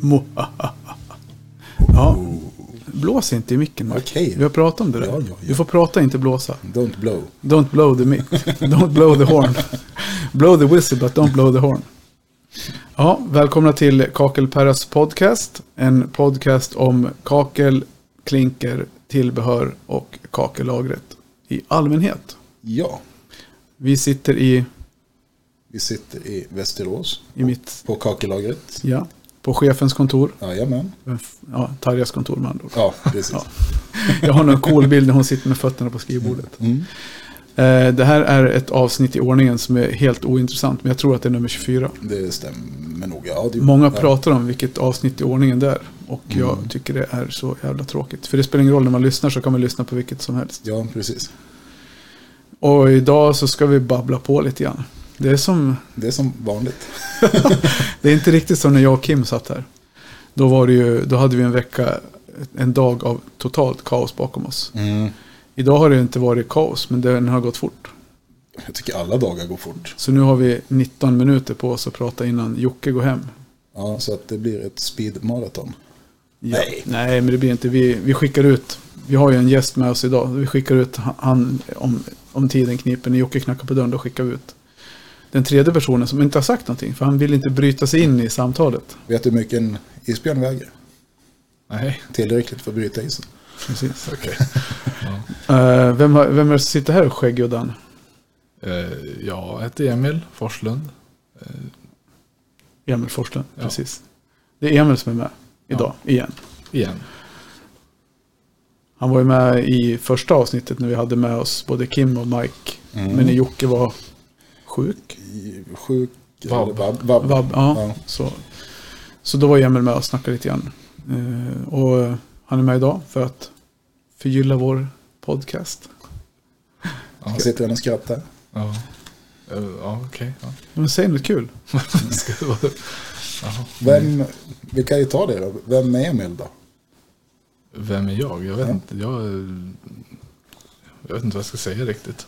Ja, blås inte i micken. Okej. Vi har pratat om det där. Ja. Du får prata, inte blåsa. Don't blow. Don't blow the mic. Don't blow the horn. Blow the whistle, but don't blow the horn. Ja, välkomna till Kakelperras podcast. En podcast om kakel, klinker, tillbehör och kakellagret i allmänhet. Ja. Vi sitter i Västerås. På kakellagret. Ja, på chefens kontor. Jajamän. Ja, Tarjas kontor med andra ord. Ja, precis. Ja. Jag har en cool bild när hon sitter med fötterna på skrivbordet. Det här är ett avsnitt i ordningen som är helt ointressant, men jag tror att det är nummer 24. Det stämmer nog. Ja, Många pratar om vilket avsnitt i ordningen det är, och jag tycker det är så jävla tråkigt. För det spelar ingen roll, när man lyssnar så kan man lyssna på vilket som helst. Ja, precis. Och idag så ska vi babbla på lite grann. Det är som vanligt. Det är inte riktigt som när jag och Kim satt här. Då hade vi en dag av totalt kaos bakom oss. Idag har det inte varit kaos, men den har gått fort. Jag tycker alla dagar går fort. Så nu har vi 19 minuter på oss att prata innan Jocke går hem. Ja, så att det blir ett speedmaraton. Ja. Nej, men det blir inte. Vi skickar ut. Vi har ju en gäst med oss idag. Vi skickar ut han om tiden kniper. När Jocke knackar på dörren, då skickar vi ut den tredje personen som inte har sagt någonting. För han vill inte bryta sig in i samtalet. Vet du hur mycket en isbjörn väger? Nej. Tillräckligt för att bryta isen. Precis. Okay. Ja. Vem är det som sitter här och skägguddan? Jag heter Emil Forslund. Emil Forslund, ja. Precis. Det är Emil som är med idag, igen. Han var ju med i första avsnittet när vi hade med oss både Kim och Mike. Men när Jocke var sjuk. Vab. Ja. Så då var Emil med och snackade lite grann. Och han är med idag för att förgylla vår podcast. Ja, sitter han och skrattar. Ja, okej. Ja. Men säg något kul. Vi kan ju ta det då. Vem är Emil då? Vem är jag? Jag vet inte. Jag vet inte vad jag ska säga riktigt.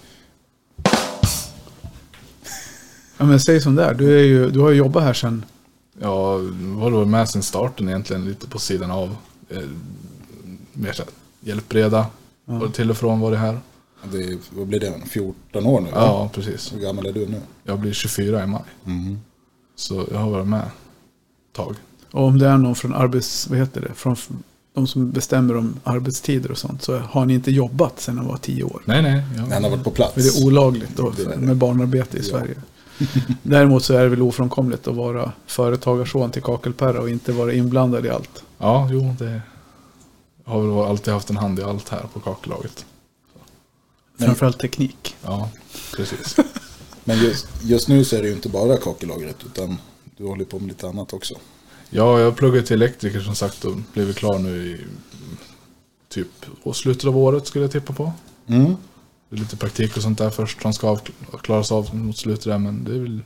Ja, men säg som där. Du har ju jobbat här sedan. Ja, var med sen starten egentligen, lite på sidan av. Mer så hjälpbreda. Och till och från var det här. Vad blir det? 14 år nu? Ja, precis. Hur gammal är du nu? Jag blir 24 i maj. Så jag har varit med ett tag. Och om det är någon från från de som bestämmer om arbetstider och sånt, så har ni inte jobbat sedan han var 10 år? Nej. Han har varit på plats. För det är olagligt då, med barnarbete i Sverige. Däremot så är det väl ofrånkomligt att vara företagarson till Kakelperra och inte vara inblandad i allt. Ja, det har väl alltid haft en hand i allt här på kakellaget. Framförallt teknik. Ja, precis. Men just nu så är det ju inte bara kakellagret, utan du håller på med lite annat också. Ja, jag pluggade till elektriker som sagt och blev klar nu i slutet av året skulle jag tippa på. Det är lite praktik och sånt där först som ska klaras av mot slutet där, men det är väl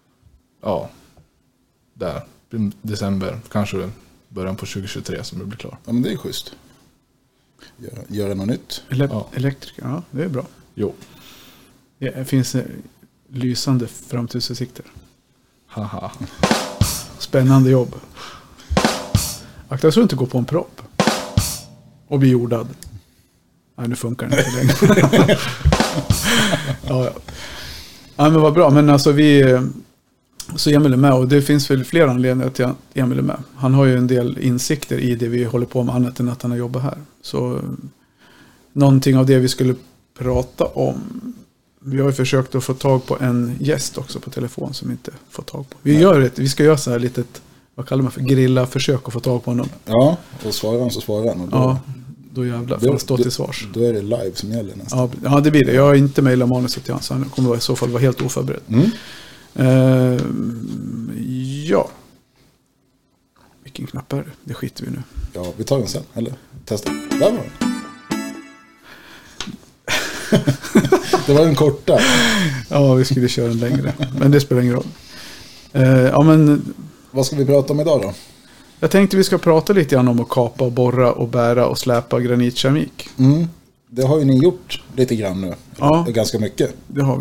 där december, kanske början på 2023 som det blir klar. Ja, men det är schysst. Göra något nytt. Elektriker, ja, det är bra. Jo. Det finns lysande framtidsutsikter. Haha. Spännande jobb. Akta så du inte går på en propp och blir jordad. Nej, nu funkar det inte längre. Ja, men vad bra. Men alltså så Emil är med, och det finns väl flera anledningar till att Emil är med. Han har ju en del insikter i det vi håller på med, annat än att han har jobbat här. Så någonting av det vi skulle prata om. Vi har ju försökt att få tag på en gäst också på telefon som inte får tag på. Vi ska göra så här litet, vad kallar man för, grilla försök att få tag på honom. Ja, och svarar han så svarar han. Och då jävlar får han stå till svars. Då är det live som gäller nästan. Ja, det blir det. Jag har inte mejlat manuset till han, så han kommer i så fall vara helt oförberedd. Ja. Vilken knapp är det? Det skiter vi nu. Ja, vi tar den sen. Eller testa. Där var den. Det var en korta. Ja, vi skulle köra en längre. Men det spelar ingen roll. Men vad ska vi prata om idag då? Jag tänkte vi ska prata lite grann om att kapa och borra och bära och släpa granitkeramik. Det har ju ni gjort lite grann nu. Ja. Ganska mycket. Det har vi.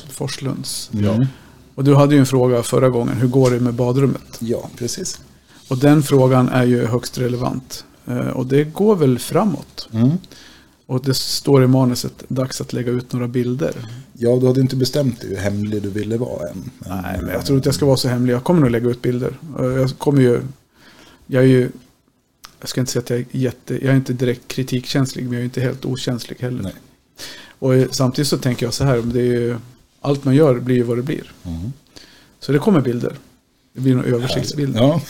Forslunds. Ja. Och du hade ju en fråga förra gången. Hur går det med badrummet? Ja, precis. Och den frågan är ju högst relevant. Och det går väl framåt. Och det står i manuset, dags att lägga ut några bilder. Ja, du hade inte bestämt dig hur hemlig du ville vara än. Nej, men jag tror inte jag ska vara så hemlig. Jag kommer nog lägga ut bilder. Jag ska inte säga att jag är inte direkt kritikkänslig, men jag är inte helt okänslig heller. Nej. Och samtidigt så tänker jag så här, det är ju, allt man gör blir ju vad det blir. Så det kommer bilder. Det blir några översiktsbilder. Ja.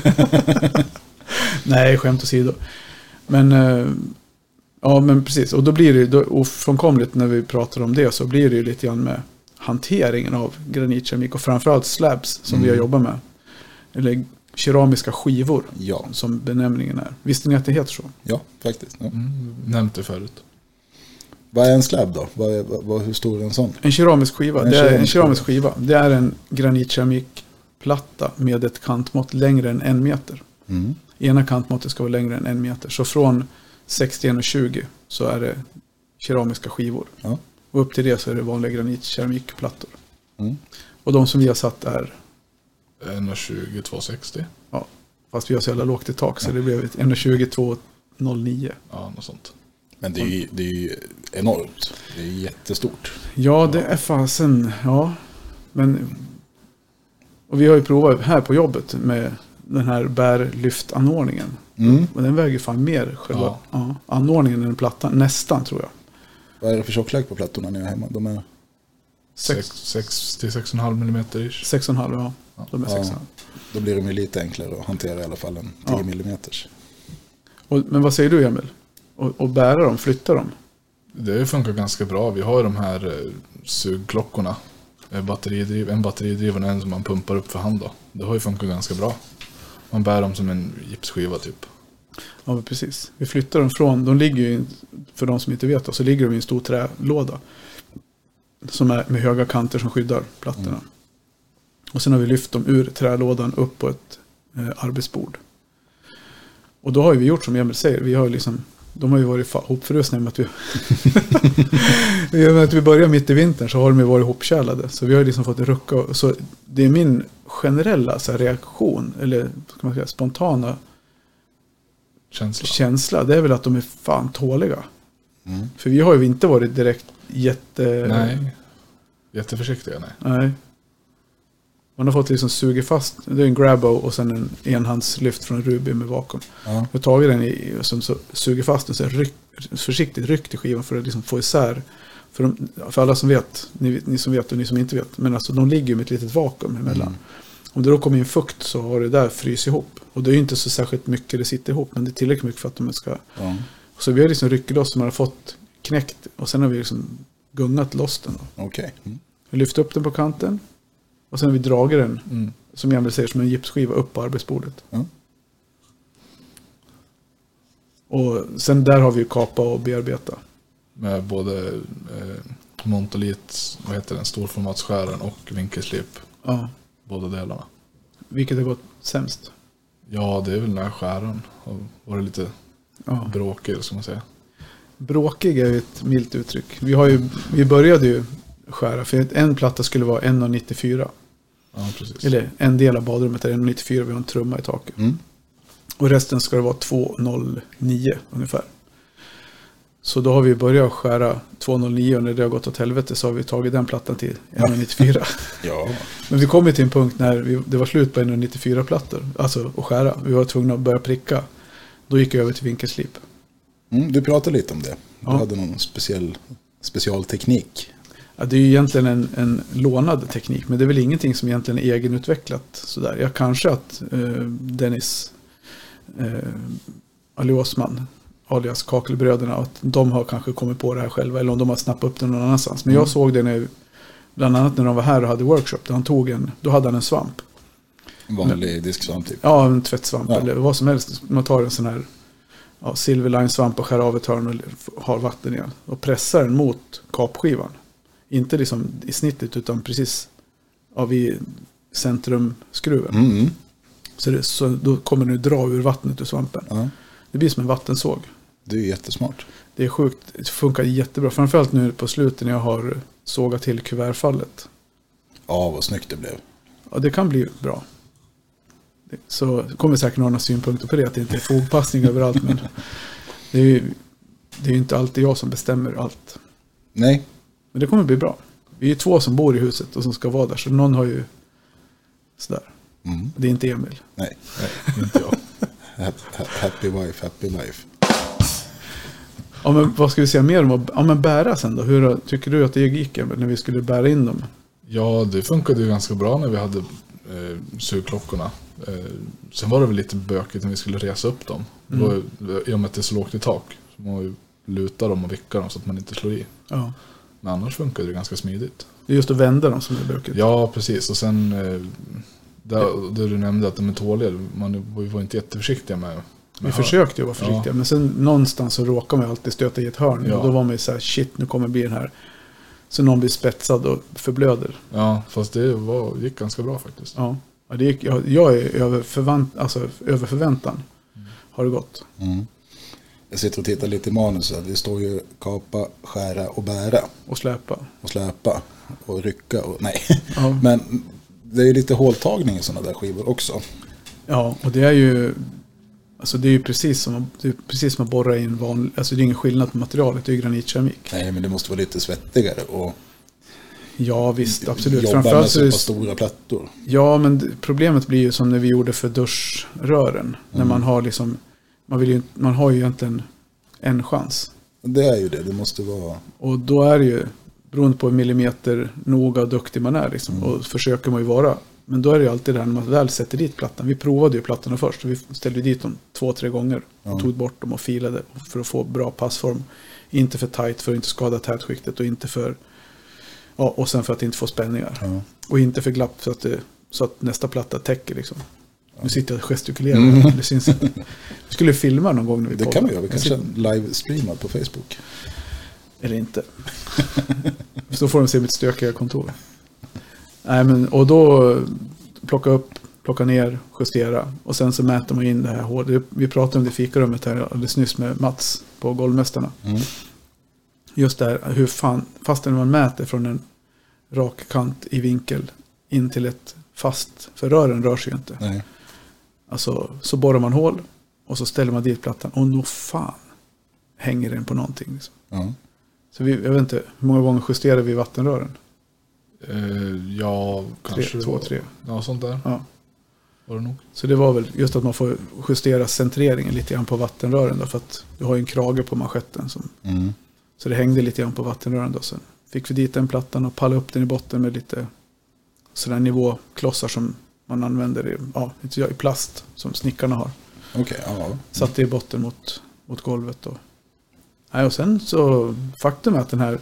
Nej, skämt åsido. Men ja, men precis. Och då blir det ofrånkomligt när vi pratar om det, så blir det ju lite grann med hanteringen av granitkeramik och framförallt slabs som vi har jobbat med. Eller keramiska skivor, som benämningen är. Visste ni att det heter så? Ja, faktiskt. Ja. Nämnt det förut. Vad är en slab då? Hur stor är en sån? En keramisk skiva. En keramisk skiva. Det är en granitkeramikplatta med ett kantmått längre än 1 meter. Ena kantmåttet ska vara längre än 1 meter. Så från 61,20 så är det keramiska skivor. Ja. Och upp till det så är det vanliga granitkeramikplattor. Och de som vi har satt är 1,20, 2,60. Ja, fast vi har så jävla lågt i tak så det blev 1,20, 2,09. Ja, något sånt. Men det är ju enormt. Det är jättestort. Ja, det är fasen. Ja, men och vi har ju provat här på jobbet med den här bärlyftanordningen. Och den väger fan mer själva anordningen än plattan. Nästan, tror jag. Vad är det för tjocklek på plattorna när jag är hemma? De är 6 till 6,5 millimeter ish. 6,5, ja. De är 6,5. Då blir de ju lite enklare att hantera i alla fall än 10 millimeters. Men vad säger du, Emil? Och bära dem, flytta dem? Det funkar ganska bra. Vi har de här sugklockorna. En batteridriven och en som man pumpar upp för hand då. Det har ju funkat ganska bra. Man bär dem som en gipsskiva typ. Ja, precis. Vi flyttar dem från, de ligger ju, för de som inte vet, så ligger de i en stor trälåda. Som är med höga kanter som skyddar plattorna. Och sen har vi lyft dem ur trälådan upp på ett arbetsbord. Och då har vi gjort som Emil säger. Vi har liksom, de har ju varit hopfrusna med att vi börjar mitt i vintern, så har de ju varit hopkärlade. Så vi har liksom fått rucka. Så det är min generella så här, reaktion, eller ska man säga, spontana känsla. Det är väl att de är fan tåliga. För vi har ju inte varit direkt jätteförsiktiga, nej. Man har fått liksom suga fast, det är en grabbo och sen en enhandslyft från Ruby med vakuum. Jag har tagit den som så suger fast den så försiktigt ryckt i skivan för att liksom få isär. För alla som vet, ni som vet och ni som inte vet, men alltså de ligger ju med ett litet vakuum emellan. Om det då kommer in fukt så har det där frys ihop. Och det är ju inte så särskilt mycket det sitter ihop, men det är tillräckligt mycket för att de ska... Så vi har liksom ryckt loss som man har fått knäckt och sen har vi liksom gungat loss den. Okej. Vi lyfter upp den på kanten och sen har vi dragit den, som jag vill säga, som en gipsskiva upp på arbetsbordet. Och sen där har vi ju kapa och bearbeta. Med både Montolit, vad heter den, storformatsskären och vinkelslip. Ja. Båda delarna. Vilket har gått sämst? Ja, det är väl den här skären. Har varit lite bråkig, ska man säga. Bråkig är ju ett milt uttryck. Vi började ju skära, för en platta skulle vara 1,94. Ja, precis. Eller en del av badrummet är 1,94, vi har en trumma i taket. Och resten ska det vara 2,09 ungefär. Så då har vi börjat skära 2,09 och när det har gått åt helvete så har vi tagit den plattan till 1,94. Ja. Men vi kom till en punkt när det var slut på 1,94 plattor. Alltså att skära. Vi var tvungna att börja pricka. Då gick jag över till vinkelslip. Du pratade lite om det. Du hade någon specialteknik. Ja, det är ju egentligen en lånad teknik. Men det är väl ingenting som egentligen är egenutvecklat. Sådär. Jag kanske att Dennis Ali Osman, alias Kakelbröderna, att de har kanske kommit på det här själva. Eller om de har snappat upp det någon annanstans. Men jag såg det bland annat när de var här och hade workshop. Då hade han en svamp. En vanlig disksvamp typ. Ja, en tvättsvamp eller vad som helst. Man tar en sån här silverline-svamp och skär av ett hörn och har vatten igen. Och pressar den mot kapskivan. Inte liksom i snittet utan precis vid centrumskruven. Så då kommer den dra ur vattnet ur svampen. Det blir som en vattensåg. Det är jättesmart. Det är sjukt. Det funkar jättebra. Framförallt nu på slutet när jag har sågat till kuvertfallet. Ja, vad snyggt det blev. Ja, det kan bli bra. Så kommer säkert några synpunkter på det, att det inte är fogpassning överallt, men det är ju inte alltid jag som bestämmer allt. Nej. Men det kommer bli bra. Vi är 2 som bor i huset och som ska vara där, så någon har ju sådär. Det är inte Emil. Nej, Inte jag. Happy wife, happy life. Ja, men vad ska vi säga mer om att bära sen då? Hur tycker du att det gick när vi skulle bära in dem? Ja, det funkade ju ganska bra när vi hade sugklockorna. Sen var det väl lite bökigt när vi skulle resa upp dem. I och med att det är så lågt i tak. Så man ju luta dem och vicka dem så att man inte slår i. Ja. Men annars funkade det ganska smidigt. Det är just att vända dem som är bökigt. Ja, precis. Och sen där du nämnde att de är tåliga. Man var inte jätteförsiktiga med vi försökte ju vara försiktiga. Men sen någonstans så råkar man alltid stöta i ett hörn. Ja. Och då var man ju så här, shit, nu kommer bli den här. Så någon blir spetsad och förblöder. Ja, fast det gick ganska bra faktiskt. Ja, det gick, jag är över förväntan. Har det gått. Jag sitter och tittar lite i manuset. Det står ju kapa, skära och bära. Och släpa. Och släpa. Och rycka. Och, nej. Ja. Men det är ju lite håltagning i sådana där skivor också. Ja, och det är ju... Alltså det är ju precis som att borra i en vanlig... Alltså det är ingen skillnad på materialet, det är ju granitkeramik. Nej, men det måste vara lite svettigare och... Ja, visst, absolut. Jobba Framförallt med så pass stora plattor. Ja, men problemet blir ju som när vi gjorde för duschrören. När man har liksom... Man har ju egentligen en chans. Det är ju det måste vara... Och då är det ju, beroende på millimeter noga och duktig man är liksom, och försöker man ju vara. Men då är det ju alltid det här när man väl sätter dit plattan. Vi provade ju plattorna först. Vi ställde dit dem 2-3 gånger. Och tog bort dem och filade för att få bra passform. Inte för tight för att inte skada tätskiktet. Och inte för... Ja, och sen för att inte få spänningar. Ja. Och inte för glapp så att nästa platta täcker liksom. Nu sitter jag och gestikulerar. Det syns inte. Vi skulle filma någon gång när vi det kan vi göra. Vi kanske live-streamar på Facebook. Eller inte. Så får de se mitt stökiga kontor. Nej, men, och då plocka upp, plocka ner, justera. Och sen så mäter man in det här hålet. Vi pratade om det fikarummet här alldeles nyss med Mats på Golvmästarna. Just det här, hur fan, fastän man mäter från en rak kant i vinkel in till ett fast, för rören rör sig ju inte. Nej. Alltså, så borrar man hål och så ställer man dit plattan och nog fan hänger den på någonting. Liksom. Ja. Så jag vet inte, hur många gånger justerar vi vattenrören? Ja, kanske 2-3. Ja, sånt där. Ja. Var det nog. Så det var väl just att man får justera centreringen lite grann på vattenrören då, för att du har ju en krage på manschetten. Så det hängde lite grann på vattenrören då. Sen fick vi dit den plattan och palla upp den i botten med lite sådana nivåklossar som man använder i plast som snickarna har. Okej, ja. Satt det i botten mot golvet då. Nej, och sen så faktum är att den här,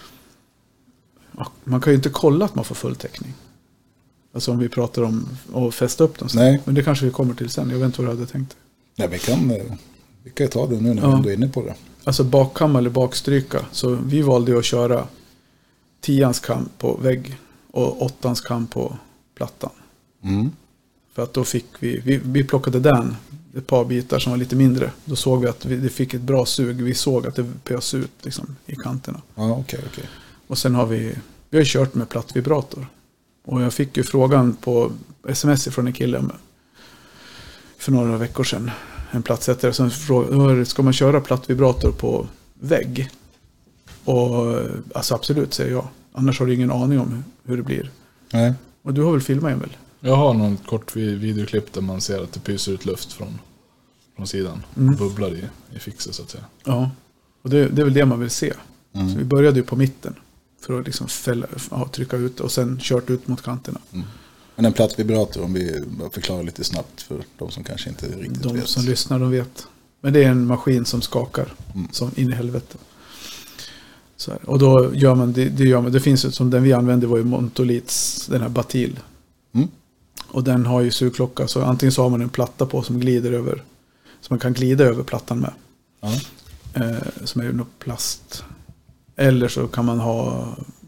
man kan ju inte kolla att man får full täckning. Alltså om vi pratar om att fästa upp den. Nej. Men det kanske vi kommer till sen. Jag vet inte vad du hade tänkt. Nej, vi kan ta det nu när vi ändå är inne på det. Alltså bakkamma eller bakstryka. Så vi valde ju att köra 10ans kam på vägg och 8ans kam på plattan. För att då fick vi plockade den ett par bitar som var lite mindre. Då såg vi att det fick ett bra sug. Vi såg att det pös ut liksom, i kanterna. Ja, okej. Och sen har vi har kört med platt vibrator. Och jag fick ju frågan på sms från en kille för några veckor sedan. En plattsättare som frågade, ska man köra platt vibrator på vägg? Och alltså absolut, säger jag. Annars har du ingen aning om hur det blir. Nej. Och du har väl filmat, Emil? Jag har någon kort videoklipp där man ser att det pyser ut luft från sidan. Bubblar i fixet så att säga. Ja, och det är väl det man vill se. Så vi började ju på mitten för att liksom trycka ut och sen kört ut mot kanterna. Men en platt vibrator, om vi förklarar lite snabbt för de som kanske inte riktigt vet. De som lyssnar, de vet. Men det är en maskin som skakar som in i helvete. Så här. Och då gör man det finns ju, som den vi använde var ju Montolits, den här Batil. Och den har ju sugklocka, så antingen så har man en platta på som glider över, så man kan glida över plattan med. Som är ju något plast. Eller så kan man ha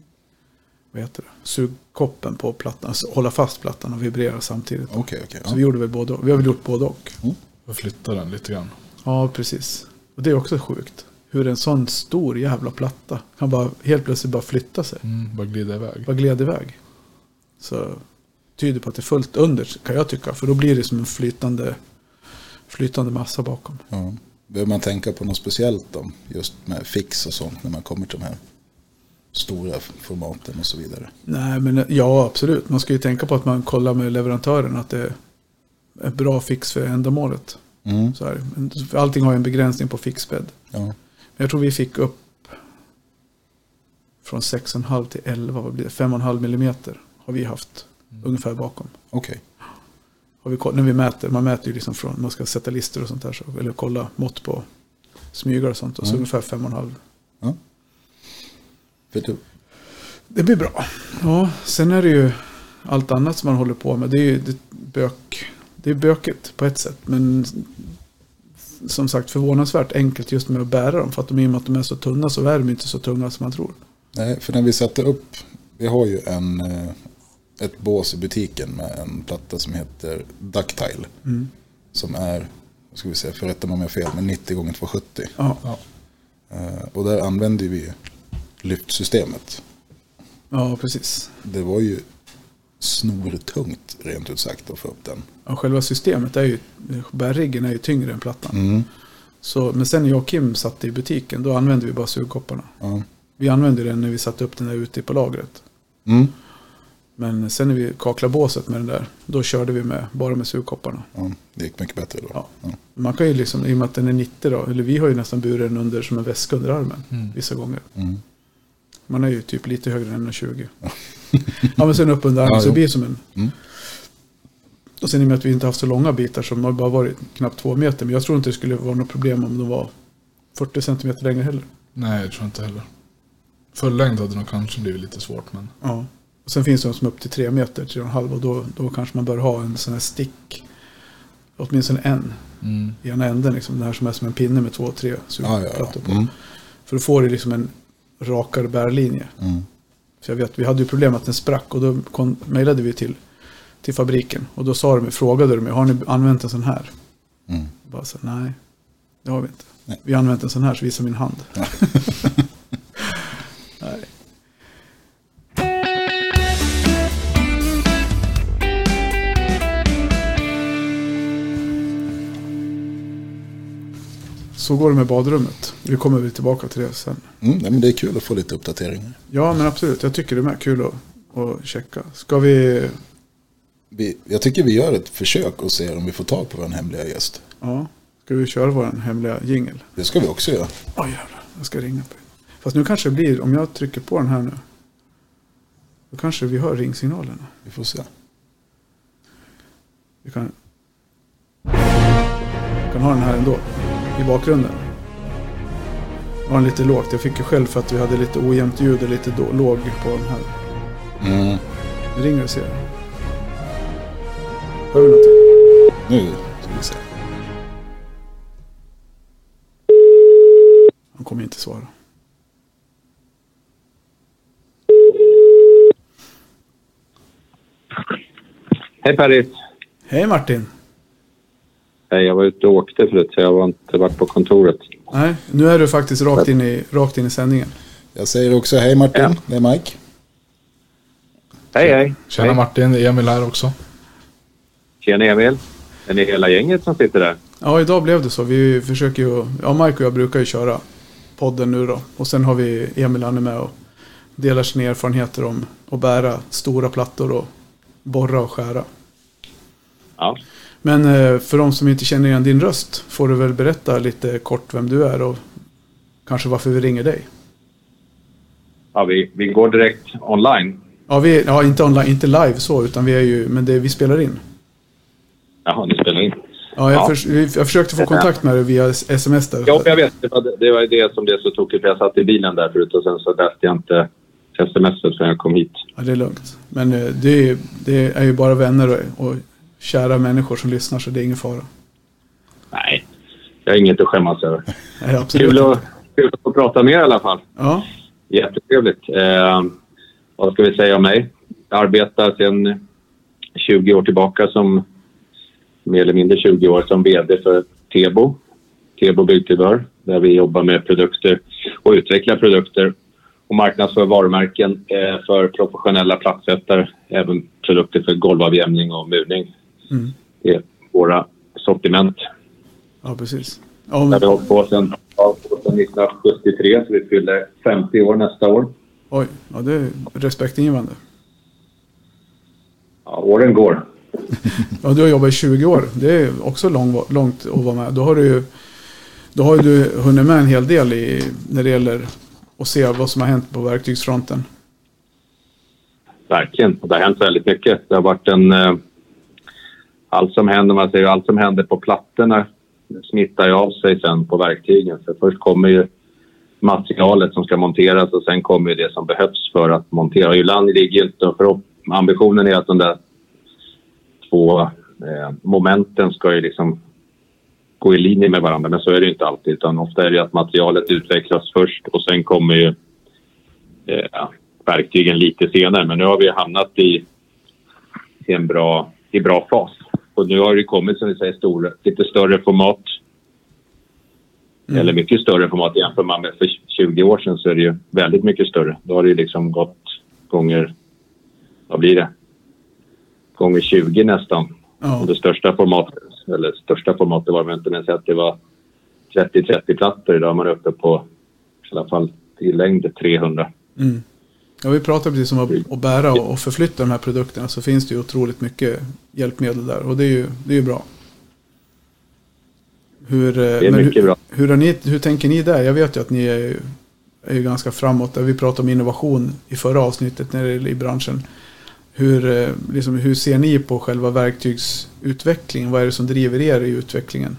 sugkoppen på plattan, alltså hålla fast plattan och vibrera samtidigt. Okej. Så vi gjorde väl både, vi har väl gjort både och. Jag flyttar den lite grann. Ja, precis. Och det är också sjukt. Hur en sån stor jävla platta kan bara helt plötsligt bara flytta sig. Bara glida iväg. Bara glida iväg. Så tyder på att det är fullt under, kan jag tycka. För då blir det som en flytande massa bakom. Ja. Behöver man tänka på något speciellt då? Just med fix och sånt när man kommer till de här stora formaten och så vidare? Nej, men ja, absolut. Man ska ju tänka på att man kollar med leverantören att det är ett bra fix för ändamålet. Så här. Allting har ju en begränsning på fixbädd. Ja. Men jag tror vi fick upp från 6,5 till 11, vad blir det? 5,5 millimeter har vi haft ungefär bakom. Okej. När vi mäter, man mäter ju liksom från, man ska sätta listor och sånt där, eller kolla mått på smygar och sånt, och så ungefär 5,5. Ja. Vet du? Det blir bra. Ja, sen är det ju allt annat som man håller på med. Det är ju det är bökigt på ett sätt, men som sagt förvånansvärt enkelt just med att bära dem, för att i och med att de är så tunna så är de inte så tunga som man tror. Nej, för när vi satte upp, vi har ju ett bås i butiken med en platta som heter Ductile. Som är, ska vi säga, förrätta mig om jag fel, men 90x270. Ja. Och där använder vi lyftsystemet. Ja, precis. Det var ju snortungt rent ut sagt att få upp den. Ja, själva systemet är ju, bärriggen är ju tyngre än plattan. Så, men sen när jag och Kim satt i butiken, då använde vi bara sugkopparna. Ja. Vi använde den när vi satte upp den där ute på lagret. Men sen när vi kaklade båset med den där, då körde vi bara med sugkopparna. Ja, det gick mycket bättre då. Ja. Man kan ju liksom, i och med att den är 90 då, eller vi har ju nästan burit den under som en väska under armen vissa gånger. Man är ju typ lite högre än 1,20. Ja, men sen upp under armen så blir det som en... Och sen i och med att vi inte haft så långa bitar som har bara varit knappt 2 meter. Men jag tror inte det skulle vara något problem om de var 40 centimeter längre heller. Nej, jag tror inte heller. Fullängd hade nog kanske blivit lite svårt, men... Ja. Och sen finns det de som är upp till 3 meter, 3,5, och då kanske man bör ha en sån här stick. Åtminstone en. I ena änden liksom. Den här som är som en pinne med 2-3 sugplattor på. För då får det liksom en rakare bärlinje. Så jag vet, vi hade ju problem att den sprack, och då mejlade vi till fabriken. Och då frågade de mig, har ni använt en sån här? Bara så, nej, det har vi inte. Nej. Vi har använt en sån här, så visar min hand. Nej. Så går det med badrummet. Vi kommer väl tillbaka till det sen. Men det är kul att få lite uppdateringar. Ja, men absolut. Jag tycker det är kul att checka. Ska vi... Jag tycker vi gör ett försök och ser om vi får tag på vår hemliga gäst. Ja, ska vi köra vår hemliga jingle? Det ska vi också göra. Jävlar, jag ska ringa på. Fast nu kanske det blir, om jag trycker på den här nu, då kanske vi hör ringsignalerna. Vi får se. Vi kan ha den här ändå, i bakgrunden. Det var lite lågt. Jag fick ju själv för att vi hade lite ojämnt ljud och lite låg på den här. Vi ringer och ser. Hör vi någonting? Nu ska vi se. Han kommer inte svara. Hej Paris. Hej Martin. Hej, jag var ute och åkte förut så jag har inte varit på kontoret. Nej, nu är du faktiskt rakt in i sändningen. Jag säger också hej Martin, Ja. Det är Mike. Hej. Tjena hej. Martin, det är Emil här också. Tjena Emil. Är ni hela gänget som sitter där? Ja, idag blev det så. Vi försöker ju... Ja, Mike och jag brukar ju köra podden nu då. Och sen har vi Emil, han är med och delar sina erfarenheter om att bära stora plattor och borra och skära. Ja. Men för de som inte känner igen din röst får du väl berätta lite kort vem du är och kanske varför vi ringer dig. Ja, vi går direkt online. Ja, inte online, inte live så, utan vi spelar in. Jaha, ni spelar in. Ja, jag försökte få kontakt med dig via sms där. Ja, jag vet. Det var det som blev så tokigt. Jag satt i bilen där förut och sen så läste jag inte smset förrän jag kom hit. Ja, det är lugnt. Men det är ju bara vänner och kära människor som lyssnar, så det är ingen fara. Nej, jag har inget att skämmas över. Nej, absolut. Kul att få prata med er i alla fall. Ja. Jättetrevligt. Vad ska vi säga om mig? Jag arbetar sedan 20 år tillbaka som mer eller mindre 20 år som vd för Tebo Byggtillbehör, där vi jobbar med produkter och utvecklar produkter och marknadsför varumärken för professionella plattsättare även produkter för golvavjämning och murning. Det är våra sortiment. Ja, precis. Ja, men... Vi har hållit på sedan 1973, så vi fyller 50 år nästa år. Oj, ja, det är respektingivande. Ja, åren går. Ja, du har jobbat i 20 år. Det är också långt att vara med. Då har du hunnit med en hel del när det gäller att se vad som har hänt på verktygsfronten. Verkligen. Det har hänt väldigt mycket. Det har varit allt som händer på plattorna smittar ju av sig sen på verktygen. Så först kommer ju materialet som ska monteras och sen kommer ju det som behövs för att montera. Ibland ligger ju inte, för ambitionen är att de där två momenten ska ju liksom gå i linje med varandra, men så är det ju inte alltid, utan ofta är det att materialet utvecklas först och sen kommer ju verktygen lite senare. Men nu har vi hamnat i bra fas. Och nu har det kommit, som vi säger, lite större format. Eller mycket större format. Jämför man med för 20 år sedan så är det ju väldigt mycket större. Då har det ju liksom gått gånger, vad blir det? Gånger 20 nästan. Ja. Och det största formatet var det inte, men att det var 30 plattor. Idag är man uppe på i alla fall i längd 300. Mm. Ja, vi pratar precis om att bära och förflytta de här produkterna, så finns det ju otroligt mycket hjälpmedel där, och det är ju bra. Hur tänker ni där? Jag vet ju att ni är ju ganska framåt. Vi pratade om innovation i förra avsnittet när det är i branschen. Hur ser ni på själva verktygsutvecklingen? Vad är det som driver er i utvecklingen?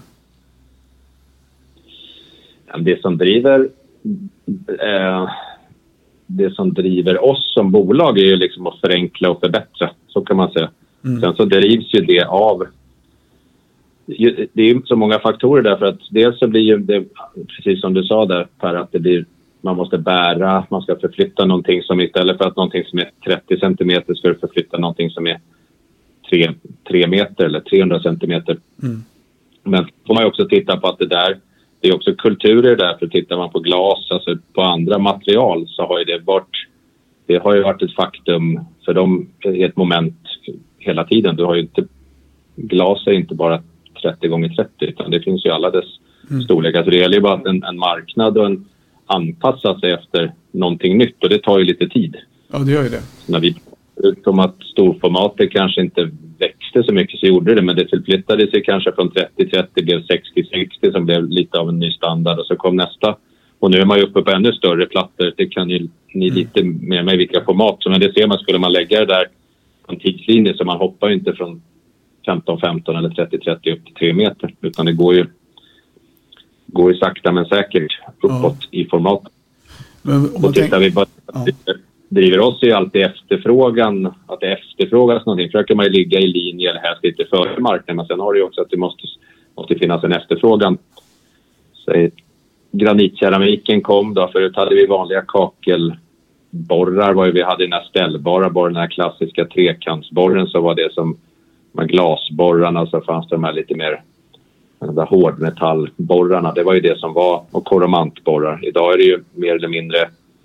Det som driver oss som bolag är ju liksom att förenkla och förbättra. Så kan man säga. Sen så drivs ju det av... Det är ju så många faktorer där, för att dels så blir ju det, precis som du sa där Per, att det blir, man måste bära, man ska förflytta någonting som istället för att någonting som är 30 centimeter ska förflytta någonting som är 3 meter eller 300 centimeter. Men får man ju också titta på att det är också kulturer där, för tittar man på glas, alltså på andra material, så har ju det har ju varit ett faktum för dem, ett moment hela tiden. Du har ju inte, glas är inte bara 30x30, utan det finns ju alla dess storlekar. Så det gäller ju bara att en marknad och anpassa sig efter någonting nytt, och det tar ju lite tid. Ja, det gör ju det. När vi utom att storformatet kanske inte växte så mycket, så gjorde det, men det förflyttade sig kanske från 30-30 blev 60-60 som blev lite av en ny standard, och så kom nästa. Och nu är man ju uppe på ännu större plattor. Det kan ju ni lite med mig vilka format. Så men det ser man, skulle man lägga det där på en tidslinje, så man hoppar ju inte från 15-15 eller 30-30 upp till 3 meter. Utan det går ju sakta men säkert uppåt i format. Och tittar vi bara driver oss i alltid efterfrågan, att det efterfrågas någonting. Försöker man ju ligga i linje eller helst lite före marknaden. Men sen har det ju också att det måste finnas en efterfrågan. Så granitkeramiken kom då. Förut hade vi vanliga kakelborrar. Vi hade den här ställbara borren, den här klassiska trekantsborren, så var det som med glasborrarna, så fanns det de här lite mer hårdmetallborrarna. Det var ju det som var, och koromantborrar. Idag är det ju mer eller mindre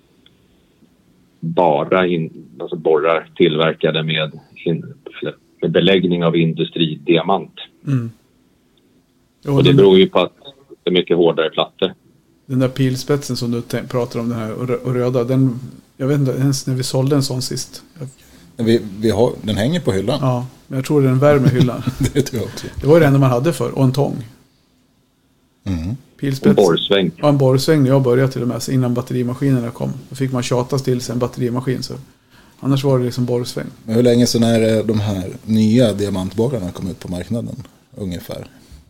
bara alltså borrar tillverkade med beläggning av industridiamant. Och det beror ju på att det är mycket hårdare plattor. Den där pilspetsen som du pratar om, den här och röda, den, jag vet inte ens när vi sålde en sån sist. Den hänger på hyllan. Ja, men jag tror den värmer hyllan. Det tror jag också. Det var det enda man hade för, och en tång. Pilspets. En borrsväng. Ja, en borrsväng när jag började till och med, innan batterimaskinerna kom. Då fick man tjata till sig en batterimaskin, så annars var det liksom borrsväng. Men hur länge sedan är de här nya diamantborrarna kom ut på marknaden ungefär?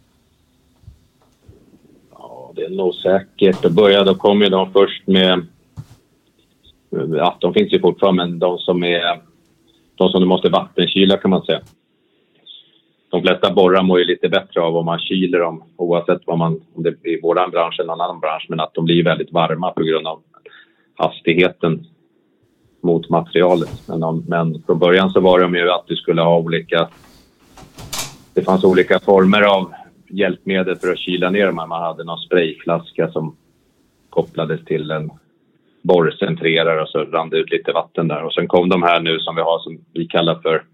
Ja, det är nog säkert. Då kom ju de först med, ja, de finns ju fortfarande, men de som du måste vattenkyla kan man säga. De flesta borrar mår ju lite bättre av om man kyler dem, oavsett om det är i våran bransch eller någon annan bransch, men att de blir väldigt varma på grund av hastigheten mot materialet. Men från början så var de ju att du skulle ha det fanns olika former av hjälpmedel för att kyla ner dem. Man hade någon sprayflaska som kopplades till borrcentrerar och så rann det ut lite vatten där. Och sen kom de här nu som vi har som vi kallar för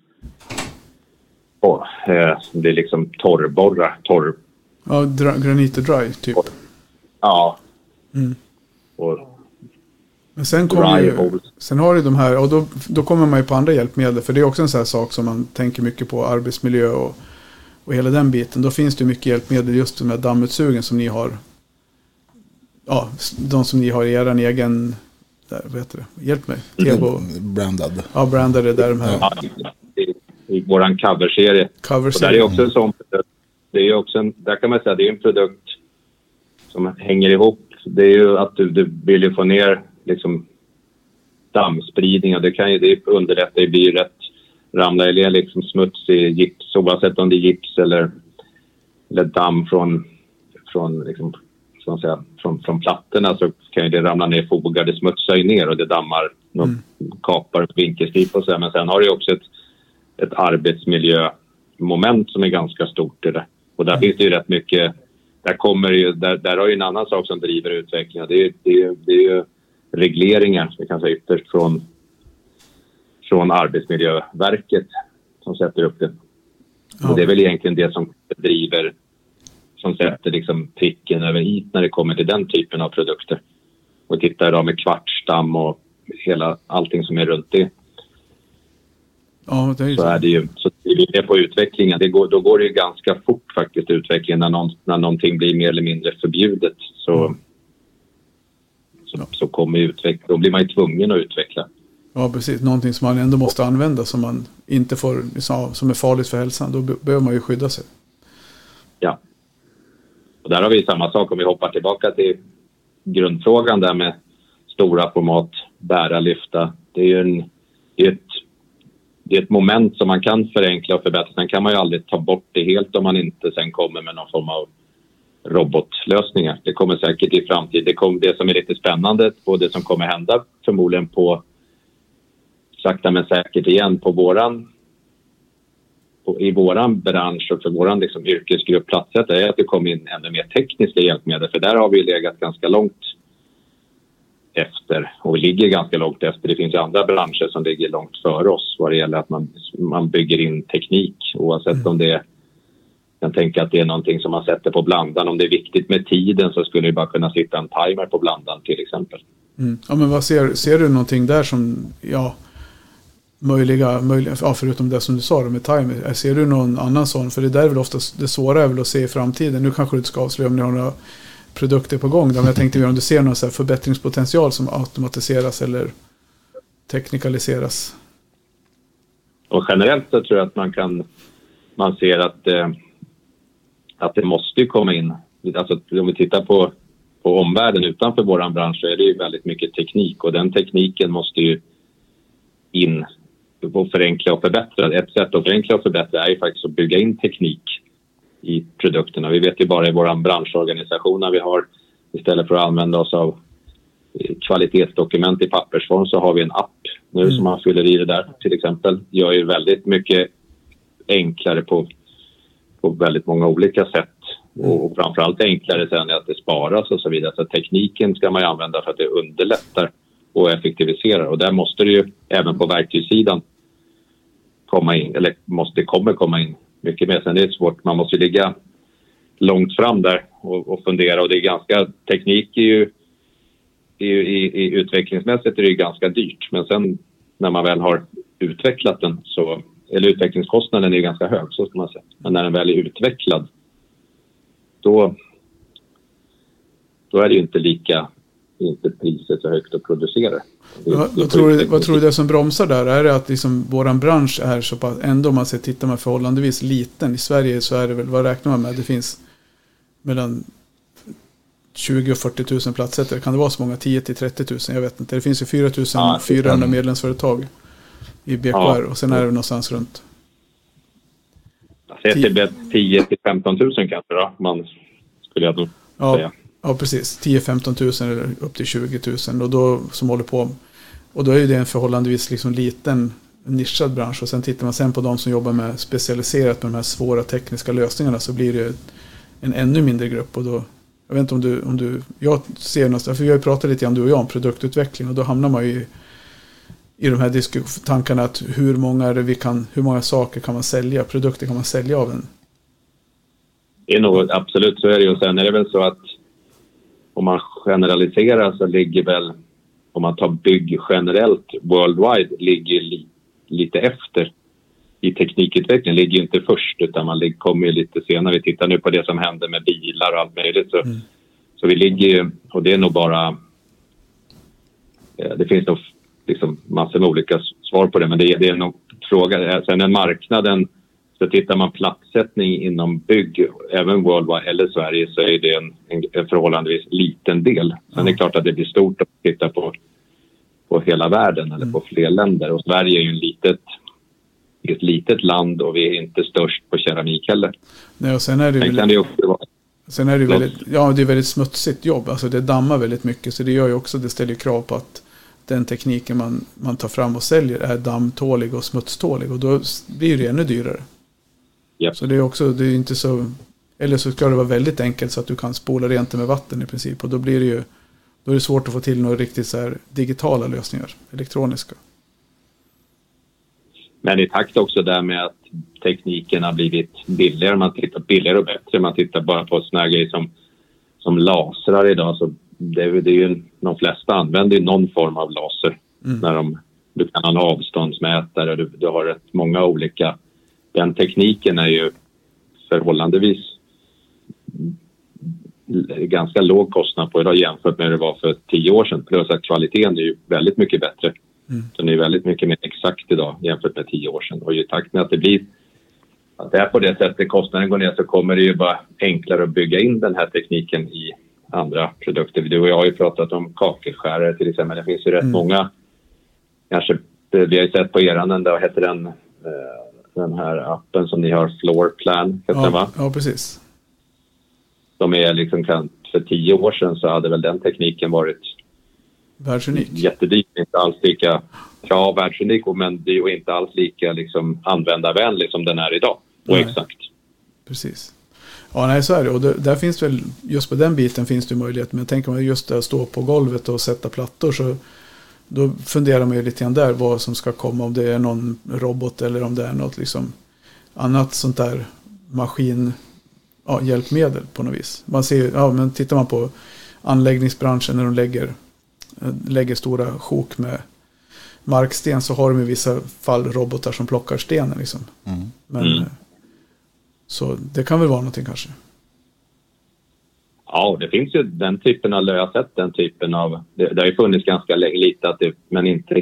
det är liksom torrborrar. Ja, granite dry typ. Ja. Mm. Och Men sen har du de här, och då kommer man ju på andra hjälpmedel, för det är också en sån här sak som man tänker mycket på, arbetsmiljö och hela den biten. Då finns det ju mycket hjälpmedel, just de här dammutsugen som ni har. Ja, de som ni har i er egen, där, vad heter det? Hjälp mig. Brandad. Ja, brandade där de här. Ja, i våran coverserie. Och där är också en sån produkt. Det är också där kan man säga, det är en produkt som hänger ihop. Det är ju att du vill ju få ner liksom dammspridning, och det underlättar, det blir rätt, ramlar eller liksom smuts i gips, oavsett om det är gips eller damm från liksom, så att säga, från plattorna, så kan ju det ramla ner fogar, det smutsar ju ner och det dammar, kapar vinkelstrip och så här. Men sen har det ju också ett arbetsmiljömoment som är ganska stort i det. Och där finns det ju rätt mycket, där har ju en annan sak som driver utvecklingen. Det är ju regleringar, det kan säga ytterst från Arbetsmiljöverket som sätter upp det. Och det är väl egentligen det som driver, som sätter liksom pricken över hit när det kommer till den typen av produkter. Och tittar idag med kvartsdamm och allting som är runt det. Ja, det är ju så är det ju. Så vi är på utvecklingen. Då går det ju ganska fort faktiskt, utvecklingen, när någonting blir mer eller mindre förbjudet. Så kommer utveckla. Då blir man ju tvungen att utveckla. Ja, precis. Någonting som man ändå måste använda, som man inte får, som är farligt för hälsan. Då behöver man ju skydda sig. Ja. Och där har vi samma sak om vi hoppar tillbaka till grundfrågan där med stora format, bära, lyfta. Det är ju det är ett moment som man kan förenkla och förbättra. Sen kan man ju aldrig ta bort det helt om man inte sen kommer med någon form av robotlösningar. Det kommer säkert i framtiden. Det som är lite spännande och det som kommer hända förmodligen på sakta men säkert igen i våran bransch och för våran liksom yrkesgrupp Platsätt är att det kommer in ännu mer tekniska hjälpmedel. För där har vi legat ganska långt efter, och vi ligger ganska långt efter. Det finns ju andra branscher som ligger långt före oss vad det gäller att man bygger in teknik, oavsett om det är, jag tänker att det är någonting som man sätter på blandan. Om det är viktigt med tiden så skulle det bara kunna sitta en timer på blandan till exempel. Ja, men vad ser du någonting där som möjliga, förutom det som du sa med timer, ser du någon annan sån? För det där är väl oftast det svåra är väl att se i framtiden. Nu kanske du inte ska avslöja om ni har några produkter på gång. Men jag tänkte om du ser någon så här förbättringspotential som automatiseras eller teknikaliseras. Och generellt så tror jag att man ser att det måste komma in. Alltså om vi tittar på omvärlden utanför våran bransch så är det ju väldigt mycket teknik, och den tekniken måste ju in och förenkla och förbättra. Ett sätt att förenkla och förbättra är ju faktiskt att bygga in teknik i produkterna. Vi vet ju bara i våran branschorganisation när vi har, istället för att använda oss av kvalitetsdokument i pappersform, så har vi en app nu som man fyller i det där till exempel. Gör ju väldigt mycket enklare på väldigt många olika sätt. Och framförallt enklare sen är att det sparas och så vidare. Så tekniken ska man ju använda för att det underlättar och effektiviserar. Och där måste det ju även på verktygssidan kommer komma in mycket mer. Sen det är svårt, man måste ligga långt fram där och fundera. Och det är ganska, teknik är ju i utvecklingsmässigt är det ju ganska dyrt. Men sen när man väl har utvecklat den eller utvecklingskostnaden är ganska hög, så ska man säga. Men när den väl är utvecklad då är det ju inte priset så högt att producera. Vad tror du det som bromsar där? Är det att liksom våran bransch är så pass, ändå om man tittar man förhållandevis liten. I Sverige så är det väl, vad räknar man med? Det finns mellan 20 och 40 000 platser. Kan det vara så många? 10 till 30 000? Jag vet inte. Det finns ju 4 400 medlemsföretag i BKR och sen är det någonstans runt. Jag säger 10 till 15 000 kanske då, man skulle jag nog säga. Ja, precis. 10-15 000 eller upp till 20 000 och då, som håller på. Och då är det en förhållandevis liksom liten nischad bransch. Och sen tittar man sen på de som jobbar med specialiserat med de här svåra tekniska lösningarna, så blir det en ännu mindre grupp. Och då Jag vet inte om du jag ser någonstans, för vi har ju pratat lite grann du och jag om produktutveckling, och då hamnar man ju i de här tankarna att hur många saker kan man sälja, produkter kan man sälja av en. Det är nog absolut, så är det. Och sen är det väl så att om man generaliserar så ligger väl, om man tar bygg generellt worldwide, ligger lite efter i teknikutveckling, ligger inte först, utan man kommer ju lite senare. Vi tittar nu på det som händer med bilar och allt möjligt, så vi ligger ju, och det är nog bara, det finns nog liksom massor med olika svar på det, men det är nog fråga. Sen är marknaden, så tittar man platssättning inom bygg, även worldwide eller Sverige, så är det en förhållandevis liten del. Sen är det klart att det blir stort att titta på hela världen eller på fler länder. Och Sverige är ju ett litet land, och vi är inte störst på keramik heller. Nej, och sen är det ju väldigt smutsigt jobb. Alltså det dammar väldigt mycket, så det gör ju också, det ställer krav på att den tekniken man tar fram och säljer är dammtålig och smutstålig, och då blir det ännu dyrare. Yep. Så det är inte så, eller så ska det vara väldigt enkelt så att du kan spola rent det med vatten i princip, och då är det svårt att få till några riktigt så här digitala lösningar, elektroniska. Men i takt också där med att tekniken har blivit billigare, man tittar billigare och bättre, man tittar bara på såna här grejer som lasrar idag, så det är ju, de flesta använder ju någon form av laser när du kan ha en avståndsmätare, du har rätt många olika. Den tekniken är ju förhållandevis ganska låg kostnad på idag jämfört med det var för 10 år sedan. Plus att kvaliteten är ju väldigt mycket bättre. Den är väldigt mycket mer exakt idag jämfört med 10 år sedan. Och i takt med att det är på det sättet kostnaden går ner, så kommer det ju bara enklare att bygga in den här tekniken i andra produkter. Du och jag har ju pratat om kakelskärare till exempel. Det finns ju rätt många, kanske vi har ju sett på eran, vad heter den här appen som ni har, Floorplan heter den, va? Ja, precis. De är liksom, för 10 år sedan så hade väl den tekniken varit världsunik. Jättedyrt, inte alls lika världsunik, men det är ju inte alls lika liksom användarvänlig som den är idag. Och exakt. Precis. Ja, nej, så är det. Och där finns väl, just på den biten finns det möjlighet, men tänker man just att stå på golvet och sätta plattor, så då funderar man ju lite grann där vad som ska komma, om det är någon robot eller om det är något liksom annat sånt där hjälpmedel på något vis. Man ser, men tittar man på anläggningsbranschen när de lägger stora sjok med marksten, så har de i vissa fall robotar som plockar stenen liksom. Men så det kan väl vara någonting kanske. Ja, det finns ju den typen av, jag har sett den typen av, det har ju funnits ganska lite men inte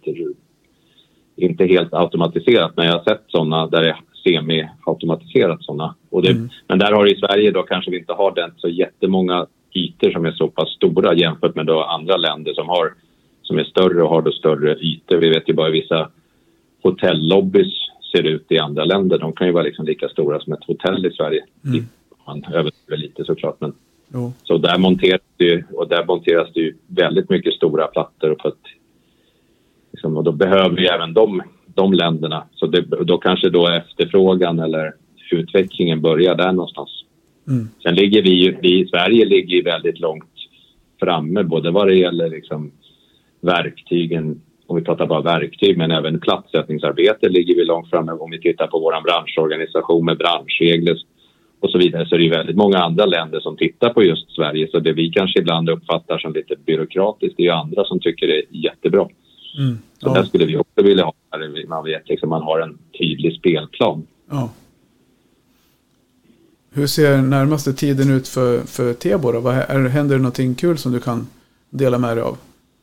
helt automatiserat, men jag har sett sådana där det är semi-automatiserat sådana. Men där har det i Sverige då kanske vi inte har den så jättemånga ytor som är så pass stora jämfört med då andra länder som är större och har då större ytor. Vi vet ju bara vissa hotellobbys ser ut i andra länder. De kan ju vara liksom lika stora som ett hotell i Sverige. Man överdriver lite såklart, men så där monteras det ju väldigt mycket stora plattor, och då behöver vi även de länderna. Så då kanske då efterfrågan eller utvecklingen börjar där någonstans. Sen ligger vi i Sverige ligger väldigt långt framme, både vad det gäller liksom verktygen, om vi pratar bara verktyg, men även platssättningsarbete ligger vi långt framme. Om vi tittar på vår branschorganisation med branschregler och så vidare, så är det ju väldigt många andra länder som tittar på just Sverige. Så det vi kanske ibland uppfattar som lite byråkratiskt, det är ju andra som tycker det är jättebra. Så där skulle vi också vilja ha, man vet liksom, man har en tydlig spelplan. Ja. Hur ser närmaste tiden ut för Tebo då? Händer det någonting kul som du kan dela med dig av?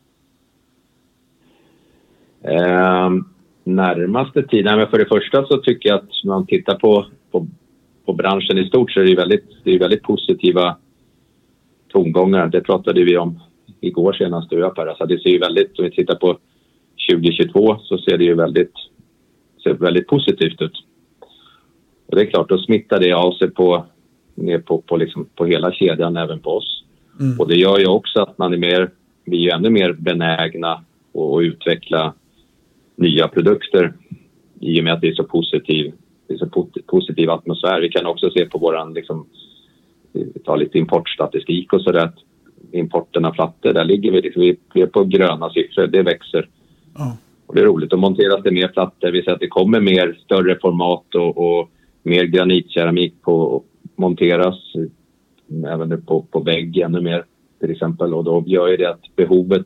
Närmaste tiden, men för det första så tycker jag att när man tittar på branschen i stort, så är det väldigt positiva tongångar. Det pratade vi om igår senast du och jag, så det ser ju väldigt, om vi tittar på 2022 så ser det ju väldigt positivt ut. Och det är klart, då smittar det av sig på hela kedjan, även på oss. Och det gör ju också att vi är ännu mer benägna att utveckla nya produkter i och med att det är så positiv atmosfär. Vi kan också se på våran liksom vi tar lite importstatistik och sådär, att importen av plattor, där ligger vi är på gröna siffror, det växer. Ja. Och det är roligt, att monteras det mer plattor, vi ser att det kommer mer större format och mer granitkeramik på monteras, även på vägg ännu mer till exempel, och då gör ju det att behovet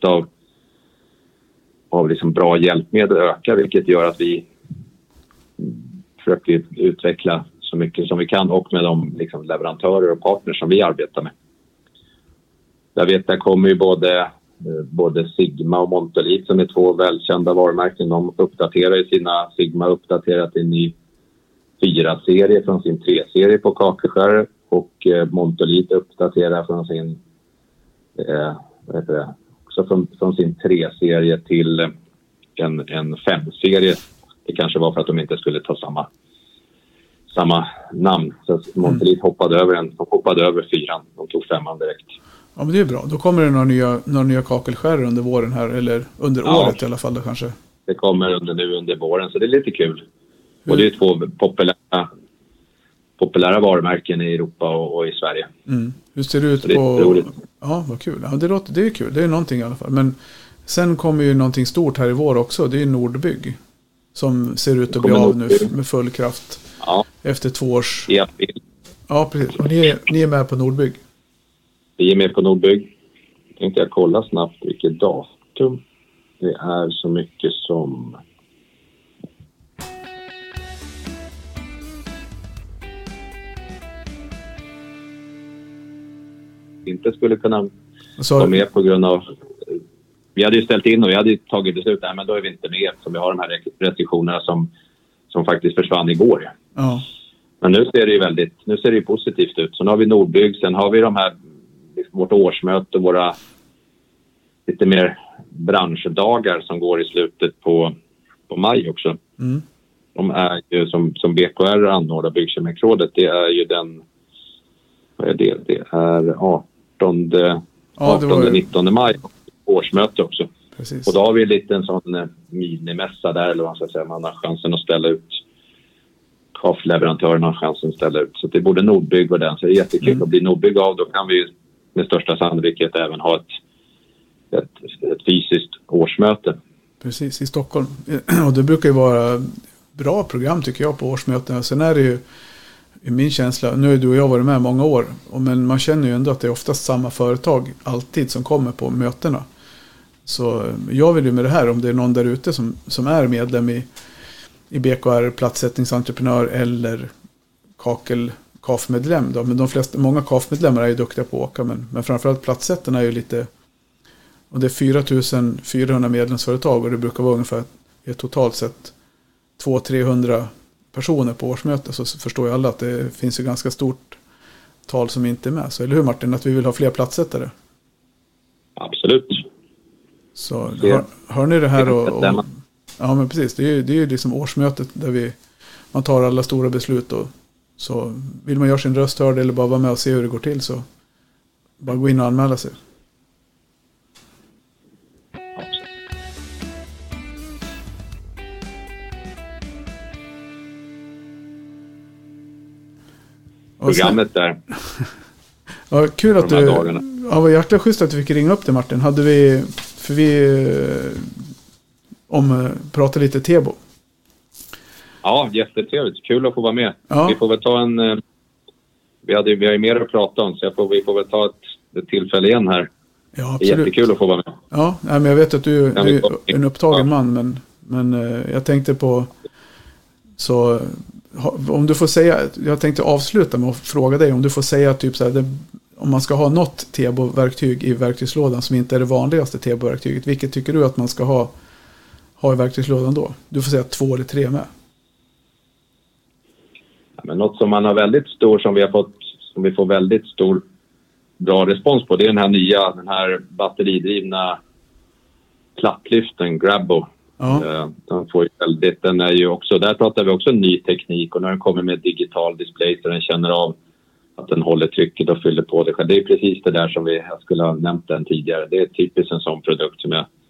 av liksom bra hjälpmedel ökar, vilket gör att vi försöker utveckla så mycket som vi kan, och med de liksom leverantörer och partners som vi arbetar med. Där kommer ju både Sigma och Montolit, som är 2 välkända varumärken. De uppdaterar ju sina, Sigma uppdaterat en ny 4-serie från sin 3-serie på kakelskärare, och Montolit uppdaterar från sin också från sin 3-serie till en 5-serie. Det kanske var för att de inte skulle ta samma namn. Så Montolit hoppade över 4. De tog 5 direkt. Ja, men det är bra. Då kommer det några nya kakelskärror under våren här, eller under året i alla fall då, kanske. Det kommer under våren, så det är lite kul. Och det är 2 populära varumärken i Europa och i Sverige. Mm. Hur ser det ut så det på... är roligt. Ja, vad kul. Ja, det är kul. Det är någonting i alla fall. Men sen kommer ju någonting stort här i vår också. Det är Nordbygg. Som ser ut att bli av nu med full kraft. Ja. Efter 2 års... I april. Ja, precis. Och ni är med på Nordbygg? Vi är med på Nordbygg. Tänkte jag kolla snabbt vilket datum. Det är så mycket som... inte skulle kunna vara med på grund av... Vi hade ju ställt in och vi hade tagit beslut där, men då är vi inte med, som vi har de här restriktionerna som faktiskt försvann igår. Ja. Men nu ser det ju positivt ut. Så nu har vi Nordbygg, sen har vi de här, vårt årsmöte och våra lite mer branschdagar som går i slutet på maj också. Mm. De är ju som BKR anordnar, Byggkemikrådet, det är ju den... Vad är det? Det är 18-19 maj, årsmöte också. Precis. Och då har vi lite en sån minimässa där, eller vad man ska säga. Man har chansen att ställa ut, kaffeleverantören har chansen att ställa ut. Så det är både Nordbygg och den, så det är jättekul att bli Nordbygg av. Då kan vi med största sannolikhet även ha ett fysiskt årsmöte. Precis, i Stockholm. Och det brukar ju vara bra program tycker jag på årsmötena. Sen är det ju i min känsla, nu har du och jag varit med många år, men man känner ju ändå att det är oftast samma företag alltid som kommer på mötena. Så jag vill ju med det här, om det är någon där ute som är medlem i BKR, platssättningsentreprenör eller KAF-medlem då. Men många KAF-medlemmar är ju duktiga på att åka, men framförallt platssättarna är ju lite, och det är 4400 medlemsföretag och det brukar vara ungefär totalt sett 200-300 personer på årsmöte, så förstår ju alla att det finns ju ganska stort tal som inte är med. Så eller hur Martin, att vi vill ha fler platssättare? Absolut. Så hör ni det här och ja men precis, det är ju liksom årsmötet där man tar alla stora beslut, och så vill man göra sin röst hörd eller bara vara med och se hur det går till, så bara gå in och anmäla sig. Programmet där. Ja, kul att du... Ja, var hjärtligt schysst att du fick ringa upp dig, Martin. Pratade lite Tebo. Ja, jättetrevligt. Kul att få vara med. Ja. Vi får väl ta en... Vi har ju mer att prata om, så vi får väl ta ett tillfälle igen här. Ja, absolut. Det är jättekul att få vara med. Ja, men jag vet att du är en upptagen man, men jag tänkte på... Så om du får säga, jag tänkte avsluta med att fråga dig om du får säga typ så här, om man ska ha något Tebo-verktyg i verktygslådan som inte är det vanligaste Tebo-verktyget, vilket tycker du att man ska ha i verktygslådan då? Du får säga 2 eller 3 med. Ja, men något som man har väldigt stor, som vi får väldigt stor bra respons på, det är den här batteridrivna klapplyften Grabbo. Ja. Den är ju också, där pratar vi också ny teknik, och när den kommer med digital display så den känner av att den håller trycket och fyller på det själv. Det är precis det där som jag skulle ha nämnt den tidigare. Det är typiskt en sån produkt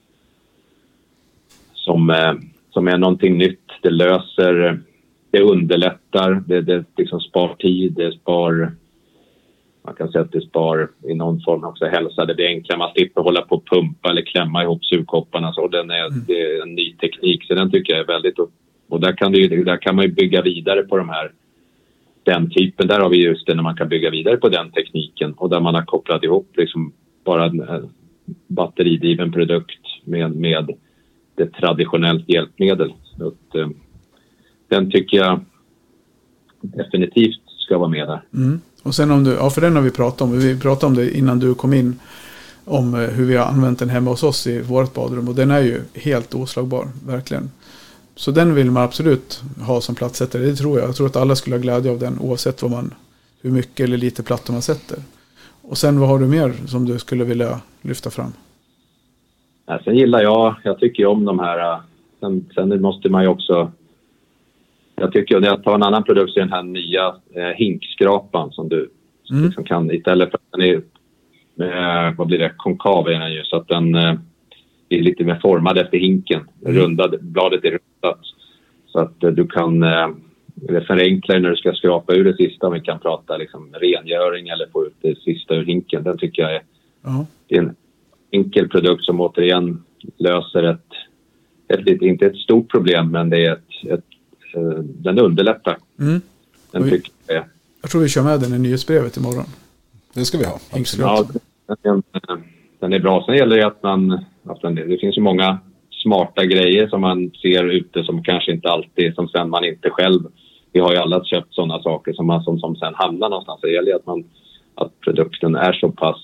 som är någonting nytt. Det löser, det underlättar, det liksom spar tid, det spar Man kan sätta det spar i någon form också hälsa. Det blir enklare. Man slipper hålla på och pumpa eller klämma ihop sugkopparna. Så det är en ny teknik. Så den tycker jag är väldigt... Och där kan man ju bygga vidare på den typen. Där har vi just det när man kan bygga vidare på den tekniken. Och där man har kopplat ihop liksom bara en batteridriven produkt med det traditionellt hjälpmedel. Så att, den tycker jag definitivt ska vara med där. Mm. Och sen för den har vi pratat om. Vi pratade om det innan du kom in. Om hur vi har använt den hemma hos oss i vårt badrum. Och den är ju helt oslagbar, verkligen. Så den vill man absolut ha som plattsättare. Det tror jag. Jag tror att alla skulle ha glädje av den oavsett hur mycket eller lite plattor man sätter. Och sen vad har du mer som du skulle vilja lyfta fram? Ja, sen gillar jag tycker ju om de här. Sen måste man ju också... Jag tycker att ta en annan produkt så är den här nya hinkskrapan som du liksom kan istället för att den är vad blir det, konkav är den ju, så att den är lite mer formad efter hinken. Bladet är rundat så att du kan förenkla när du ska skrapa ur det sista, om vi kan prata liksom rengöring eller få ut det sista ur hinken. Den tycker jag det är en enkel produkt som återigen löser inte ett stort problem, men det är den underlättar. Den tycker jag tror vi kör med den i nyhetsbrevet imorgon. Det ska vi ha. Ja, den är bra. Sen gäller det att det finns ju många smarta grejer som man ser ute som kanske inte alltid, som sen man inte själv, vi har ju alla köpt sådana saker som sen hamnar någonstans. Det gäller att produkten är så pass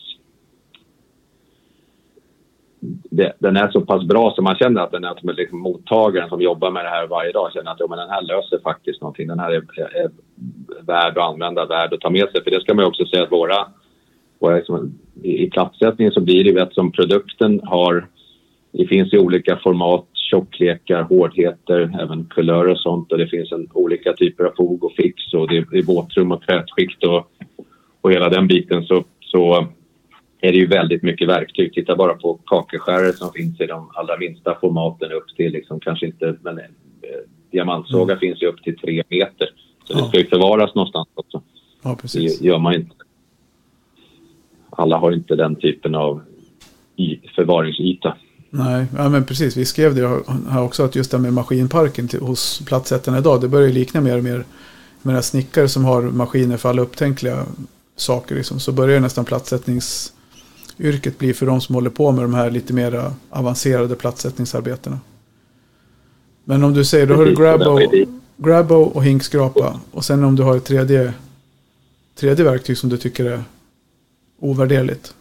den är så pass bra som man känner att den är som liksom mottagaren som jobbar med det här varje dag känner att men den här löser faktiskt någonting. Den här är värd att använda, värd att ta med sig. För det ska man ju också säga att våra liksom, i plattsättningen så blir det ju att som produkten har, det finns i olika format, tjocklekar, hårdheter, även kulörer och sånt, och det finns olika typer av fog och fix, och det är våtrum och tvättskikt och hela den biten, så är det ju väldigt mycket verktyg. Titta bara på kakeskärare som finns i de allra minsta formaten upp till liksom, kanske inte, men diamantsåga finns ju upp till 3 meter. Så det ska ju förvaras någonstans också. Ja, precis. Det gör man inte. Alla har inte den typen av förvaringsyta. Nej, ja, men precis. Vi skrev det här också, att just det med maskinparken hos plattsättarna idag, det börjar ju likna mer och mer med den snickare som har maskiner för alla upptänkliga saker. Liksom. Så börjar nästan plattsättningsyrket bli för de som håller på med de här lite mer avancerade plattsättningsarbetena. Men om du säger, då har du grabbo och hinkskrapa, och sen om du har ett tredje verktyg som du tycker är ovärderligt.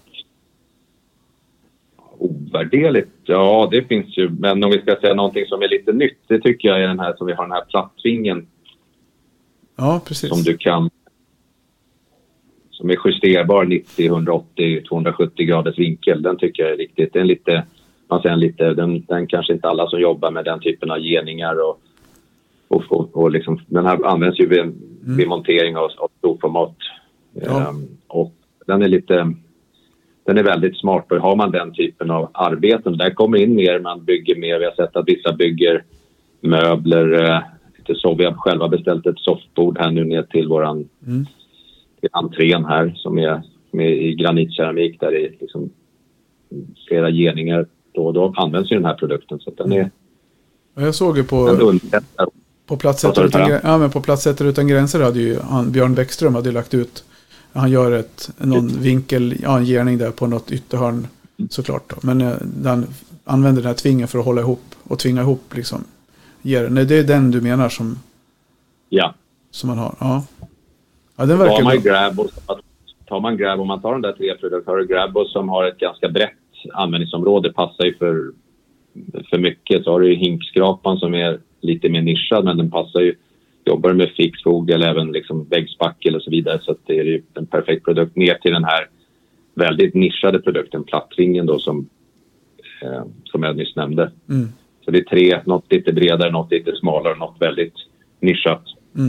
Ovärderligt? Ja, det finns ju. Men om vi ska säga någonting som är lite nytt, det tycker jag är den här som vi har, den här plattvingen. Ja, precis. Som du kan, som är justerbar 90, 180, 270 graders vinkel. Den tycker jag är riktigt. Den är lite, man säger lite, den kanske inte alla som jobbar med den typen av geningar och liksom, den här används ju vid montering av storformat. Ja. Och den är väldigt smart, och har man den typen av arbeten, där kommer in mer, man bygger mer. Vi har sett att vissa bygger möbler, så vi har själva beställt ett soffbord här nu ner till våran till entrén här, som är i granitkeramik, där det är liksom flera geningar då används ju den här produkten, så att den är. Jag såg ju på Plattsättare utan gränser hade ju Björn Bäckström hade lagt ut. Han gör någon vinkel, en gerning där på något ytterhörn såklart då. Men han använder den här tvingen för att hålla ihop och tvinga ihop liksom. Nej, det är den du menar som man har. Ja. Ja, den verkar tar man grab, om man tar de där 3 produkterna, har du grab som har ett ganska brett användningsområde, passar ju för mycket. Så har du ju hinkskrapan som är lite mer nischad, men den passar ju, jobbar med fixfog eller även liksom väggspackel och så vidare, så att det är ju en perfekt produkt ner till den här väldigt nischade produkten, plattvingen då, som jag nyss nämnde. Så det är 3, något lite bredare, något lite smalare, något väldigt nischat.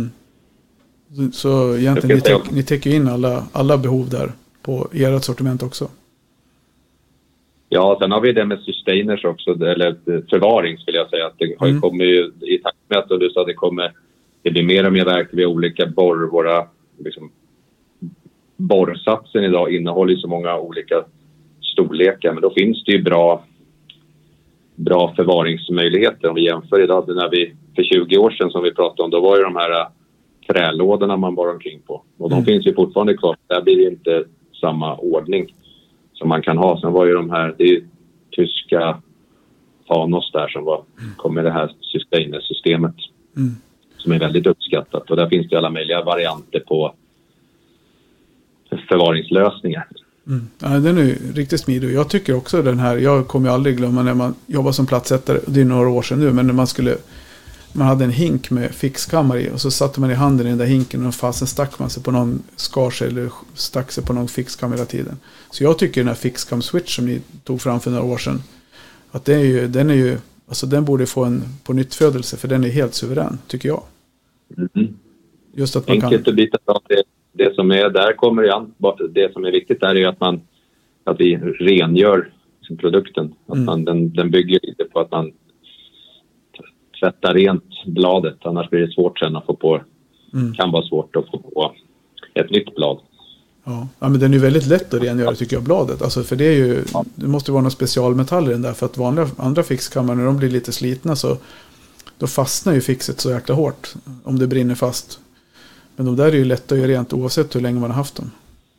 Så egentligen ni täcker in alla behov där på ert sortiment också. Ja, sen har vi det med sustainers också, eller förvaring skulle jag säga, att det har kommit ju i takt med att du sa det blir mer och mer verktyg, olika våra liksom borrsatsen idag innehåller så många olika storlekar, men då finns det ju bra förvaringsmöjligheter. Om vi jämför idag, när vi för 20 år sedan som vi pratade om, då var ju de här trälådorna man bar omkring på. Och de finns ju fortfarande kvar. Där blir det inte samma ordning som man kan ha. Sen var ju de här, det är ju tyska Fanos där som kom med det här Sustainer-systemet som är väldigt uppskattat. Och där finns det alla möjliga varianter på förvaringslösningar. Ja, den är ju riktigt smidig. Jag tycker också den här, jag kommer ju aldrig glömma när man jobbar som platsättare, det är några år sedan nu, men när man hade en hink med fixkammare i och så satte man i handen i den där hinken och fasen stack man sig på någon skars eller stack sig på någon fixkam hela tiden. Så jag tycker den här fixkam-switch som ni tog fram för några år sedan, att den är ju alltså den borde få en på nyttfödelse, för den är helt suverän, tycker jag. Just att man enkelt att byta av det som är där kommer igen. Det som är viktigt där är att vi rengör produkten. Att den bygger lite på att man tvättar rent bladet. Annars blir det svårt sen att få på. Kan vara svårt att få på ett nytt blad. Ja, men den är ju väldigt lätt att rengöra, tycker jag, bladet. Alltså, för det är ju, det måste vara några specialmetaller i den där, för att andra fixkammare, när de blir lite slitna så då fastnar ju fixet så jäkla hårt om det brinner fast. Men de där är ju lätta att göra rent oavsett hur länge man har haft dem.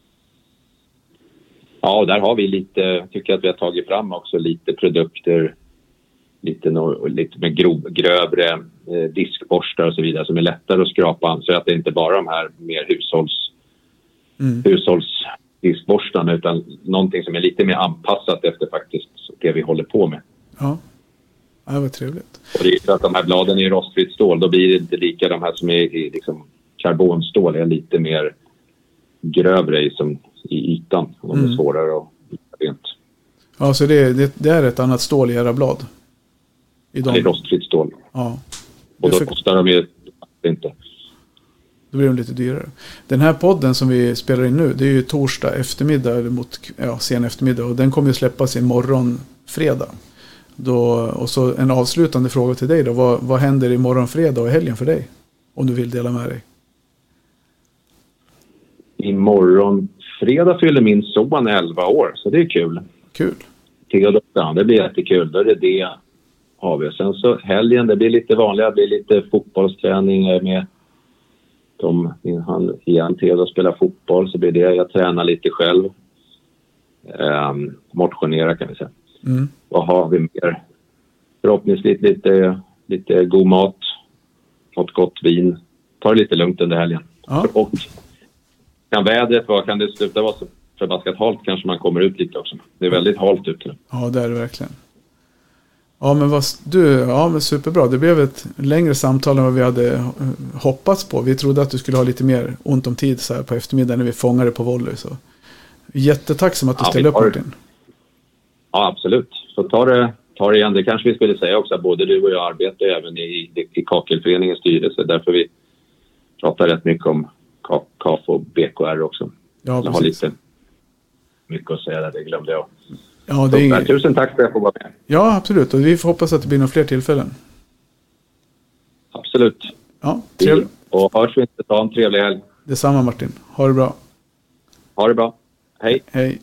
Ja, och där har vi lite, tycker jag att vi har tagit fram också lite produkter, lite med grövre diskborstar och så vidare som är lättare att skrapa, så att det inte bara de här mer hushållsdiskborstarna, utan någonting som är lite mer anpassat efter faktiskt det vi håller på med. Ja, det var trevligt. Och det är för att de här bladen är rostfritt stål, då blir det inte lika, de här som är liksom karbonstål är lite mer grövre i ytan, och de är svårare att rent. Ja, så det är ett annat stål i era blad? Det är rostfritt stål. Ja. Och då kostar de ju inte. Då blir de lite dyrare. Den här podden som vi spelar in nu, det är ju torsdag eftermiddag eller sen eftermiddag, och den kommer ju släppas imorgon fredag. Och så en avslutande fråga till dig då. Vad händer imorgon fredag och helgen för dig? Om du vill dela med dig. Imorgon fredag fyller min son 11 år, så det är kul. Kul. Det blir jättekul. Då är det har vi. Sen så helgen, det blir lite vanligare, det blir lite fotbollsträning med han igen till att spela fotboll, så blir det. Jag tränar lite själv. Motionera kan vi säga. Vad har vi mer? Förhoppningsvis lite god mat. Något gott vin. Ta det lite lugnt under helgen. Ja. Och kan det sluta vara så förbaskat halt, kanske man kommer ut lite också. Det är väldigt halt ute nu. Ja, det är det verkligen. Ja, men superbra. Det blev ett längre samtal än vad vi hade hoppats på. Vi trodde att du skulle ha lite mer ont om tid så här på eftermiddagen när vi fångade på volley. Så jättetacksam att du ställde upp, Martin. Ja, absolut. Så ta det igen. Det kanske vi skulle säga också, att både du och jag arbetar även i Kakelföreningens styrelse. Därför vi pratar rätt mycket om KAF och BKR också. Ja, jag har lite mycket att säga där, det glömde jag. Ja, tusen tack för att jag får vara med. Ja, absolut. Och vi får hoppas att det blir några fler tillfällen. Absolut. Ja, trevligt. Och hörs vi inte, ta en trevlig helg. Detsamma, Martin. Ha det bra. Ha det bra. Hej. Hej.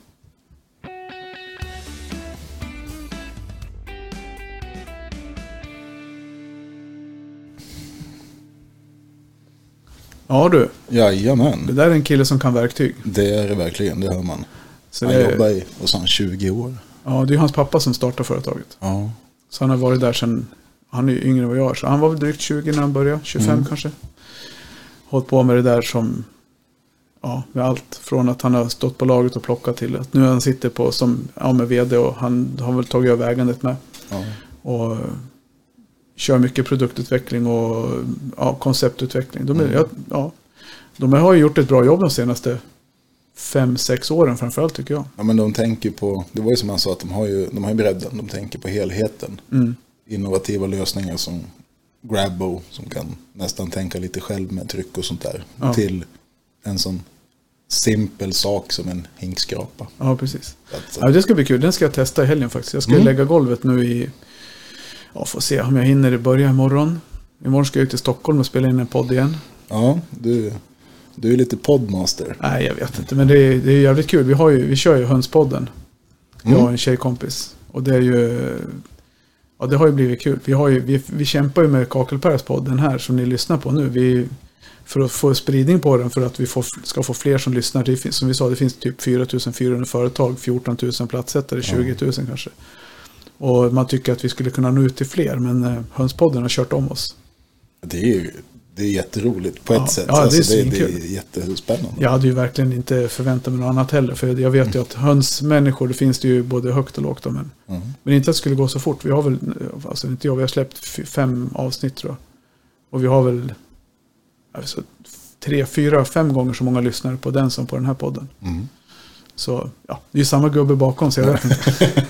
Ja du. Jajamän. Det där är en kille som kan verktyg. Det är det verkligen, det hör man. Så han jobbar i och så 20 år. Ja, det är hans pappa som startade företaget. Ja. Så han har varit där sedan, han är ju yngre än vad jag är. Så han var väl drygt 20 när han började, 25 kanske. Hållit på med det där som, med allt från att han har stått på laget och plockat till att nu han sitter med vd, och han har väl tagit över ägandet med. Ja. Och kör mycket produktutveckling och konceptutveckling. De har ju gjort ett bra jobb de senaste 5-6 åren framförallt, tycker jag. Ja, men de tänker på, det var ju som han sa, att de har ju bredden, de tänker på helheten. Innovativa lösningar som Grabbo, som kan nästan tänka lite själv med tryck och sånt där, till en sån simpel sak som en hinkskrapa. Ja, precis. Det ska bli kul, den ska jag testa i helgen faktiskt. Jag ska lägga golvet nu får se om jag hinner börja imorgon. Imorgon ska jag ut till Stockholm och spela in en podd igen. Ja, Du är lite podmaster. Nej, jag vet inte. Men det är jävligt kul. Vi kör ju Hönspodden. Jag har en tjejkompis. Och det är ju... Ja, det har ju blivit kul. Vi kämpar ju med Kakelperspodden här som ni lyssnar på nu. För att få spridning på den, för att vi ska få fler som lyssnar. Det finns, som vi sa, det finns typ 4 400 företag, 14 000 platsättare, 20 000 kanske. Och man tycker att vi skulle kunna nå ut till fler, men Hönspodden har kört om oss. Det är jätteroligt på ett sätt. Ja, det är jättespännande. Jag hade ju verkligen inte förväntat mig något annat heller. För jag vet ju att hönsmänniskor, det finns det ju både högt och lågt. Men inte att det skulle gå så fort. Vi har väl, alltså inte jag, vi har släppt 5 avsnitt tror jag. Och vi har väl 3, 4, 5 gånger så många lyssnare på den som på den här podden. Så ja, det är ju samma gubbe bakom, så jag vet inte.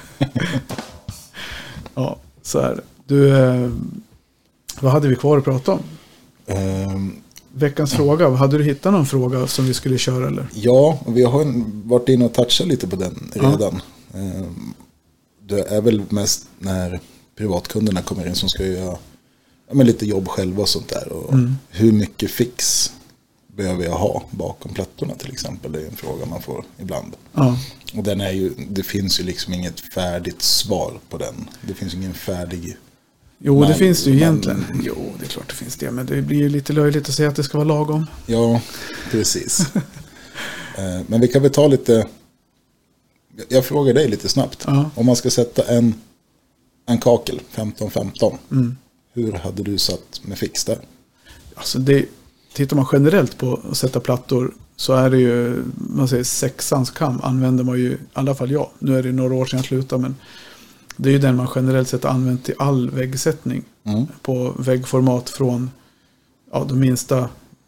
Ja, så här. Du, vad hade vi kvar att prata om? Veckans fråga. Hade du hittat någon fråga som vi skulle köra eller? Ja, vi har varit inne och touchat lite på den redan. Det är väl mest när privatkunderna kommer in som ska göra lite jobb själva och sånt där. Och hur mycket fix behöver jag ha bakom plattorna till exempel? Det är en fråga man får ibland. Ja. Och den är ju, det finns ju liksom inget färdigt svar på den. Det finns ingen färdig... Jo, det finns det ju egentligen. Jo, det är klart det finns det. Men det blir ju lite löjligt att säga att det ska vara lagom. Ja, precis. Men vi kan väl ta lite... Jag frågar dig lite snabbt. Om man ska sätta en kakel, 15-15. Hur hade du satt med fix där? Alltså tittar man generellt på att sätta plattor så är det ju, man säger 6ans kam använder man ju, i alla fall jag. Nu är det några år sedan jag slutade, men det är ju den man generellt sett använt till all väggsättning på väggformat från de minsta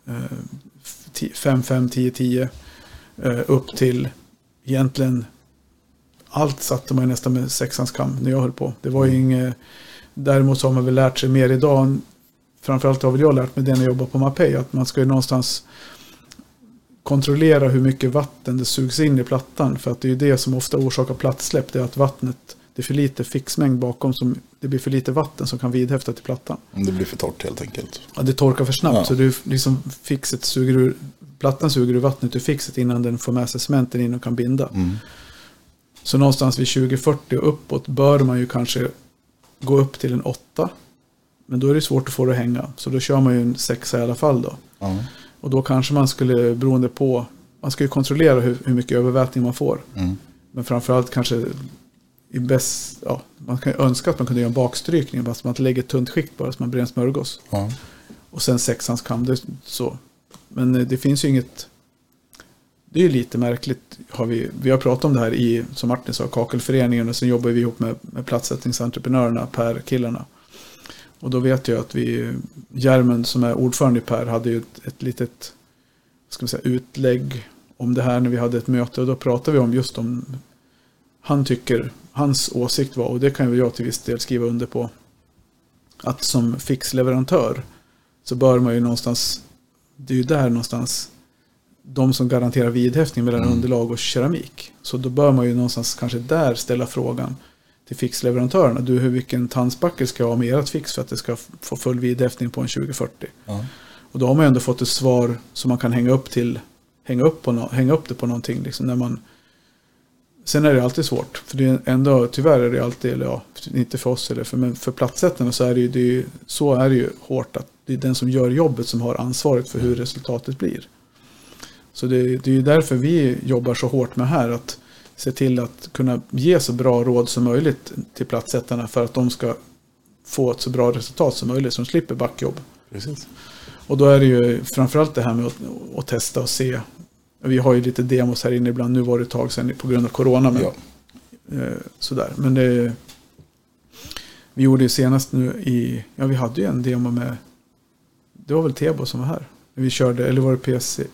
5-5, 10-10 upp till egentligen allt satte man nästan med 6ans kam när jag höll på. Det var ju inget, däremot så har man väl lärt sig mer idag. Framförallt har väl jag lärt mig det när jag jobbar på Mapei, att man ska ju någonstans kontrollera hur mycket vatten det sugs in i plattan, för att det är ju det som ofta orsakar plattsläpp, det är att vattnet, det är för lite fixmängd bakom, som det blir för lite vatten som kan vidhäfta till plattan. Det blir för torrt helt enkelt. Ja, det torkar för snabbt, så det liksom fixet suger ur, plattan suger ur vattnet ur fixet innan den får med sig cementen in och kan binda. Så någonstans vid 2040 och uppåt bör man ju kanske gå upp till en 8. Men då är det svårt att få det att hänga. Så då kör man ju en 6 i alla fall då. Och då kanske man skulle, beroende på, man ska ju kontrollera hur mycket övervätning man får. Men framförallt kanske man kan önska att man kunde göra en bakstrykning, bara att man lägger ett tunt skikt bara så man brer en smörgås. Och sen 6ans kam, det så. Men det finns ju inget, det är ju lite märkligt. Vi har pratat om det här i, som Martin sa, Kakelföreningen, och sen jobbar vi ihop med platssättningsentreprenörerna, Per-killarna. Och då vet jag att Järmen som är ordförande i Per hade ju ett litet, ska man säga, utlägg om det här när vi hade ett möte, och då pratade vi om just om hans åsikt var, och det kan ju jag till viss del skriva under på, att som fixleverantör så bör man ju någonstans, det är ju där någonstans de som garanterar vidhäftning mellan underlag och keramik, så då bör man ju någonstans kanske där ställa frågan till fixleverantörerna, vilken tandspackel ska jag ha med ert fix för att det ska få full vidhäftning på en 2040. Och då har man ju ändå fått ett svar som man kan hänga upp det på någonting liksom, sen är det alltid svårt, för det är ändå, tyvärr är det alltid, eller inte för oss men för platssättarna så är det ju hårt att det är den som gör jobbet som har ansvaret för hur resultatet blir. Så det är ju därför vi jobbar så hårt med här, att se till att kunna ge så bra råd som möjligt till platssättarna för att de ska få ett så bra resultat som möjligt, som slipper backjobb. Precis. Och då är det ju framförallt det här med att testa och se. Vi har ju lite demos här inne ibland, nu var det ett tag sedan på grund av corona, men sådär. Men vi gjorde ju senast nu vi hade ju en demo med, det var väl Tebo som var här. Vi körde, eller var det PCI?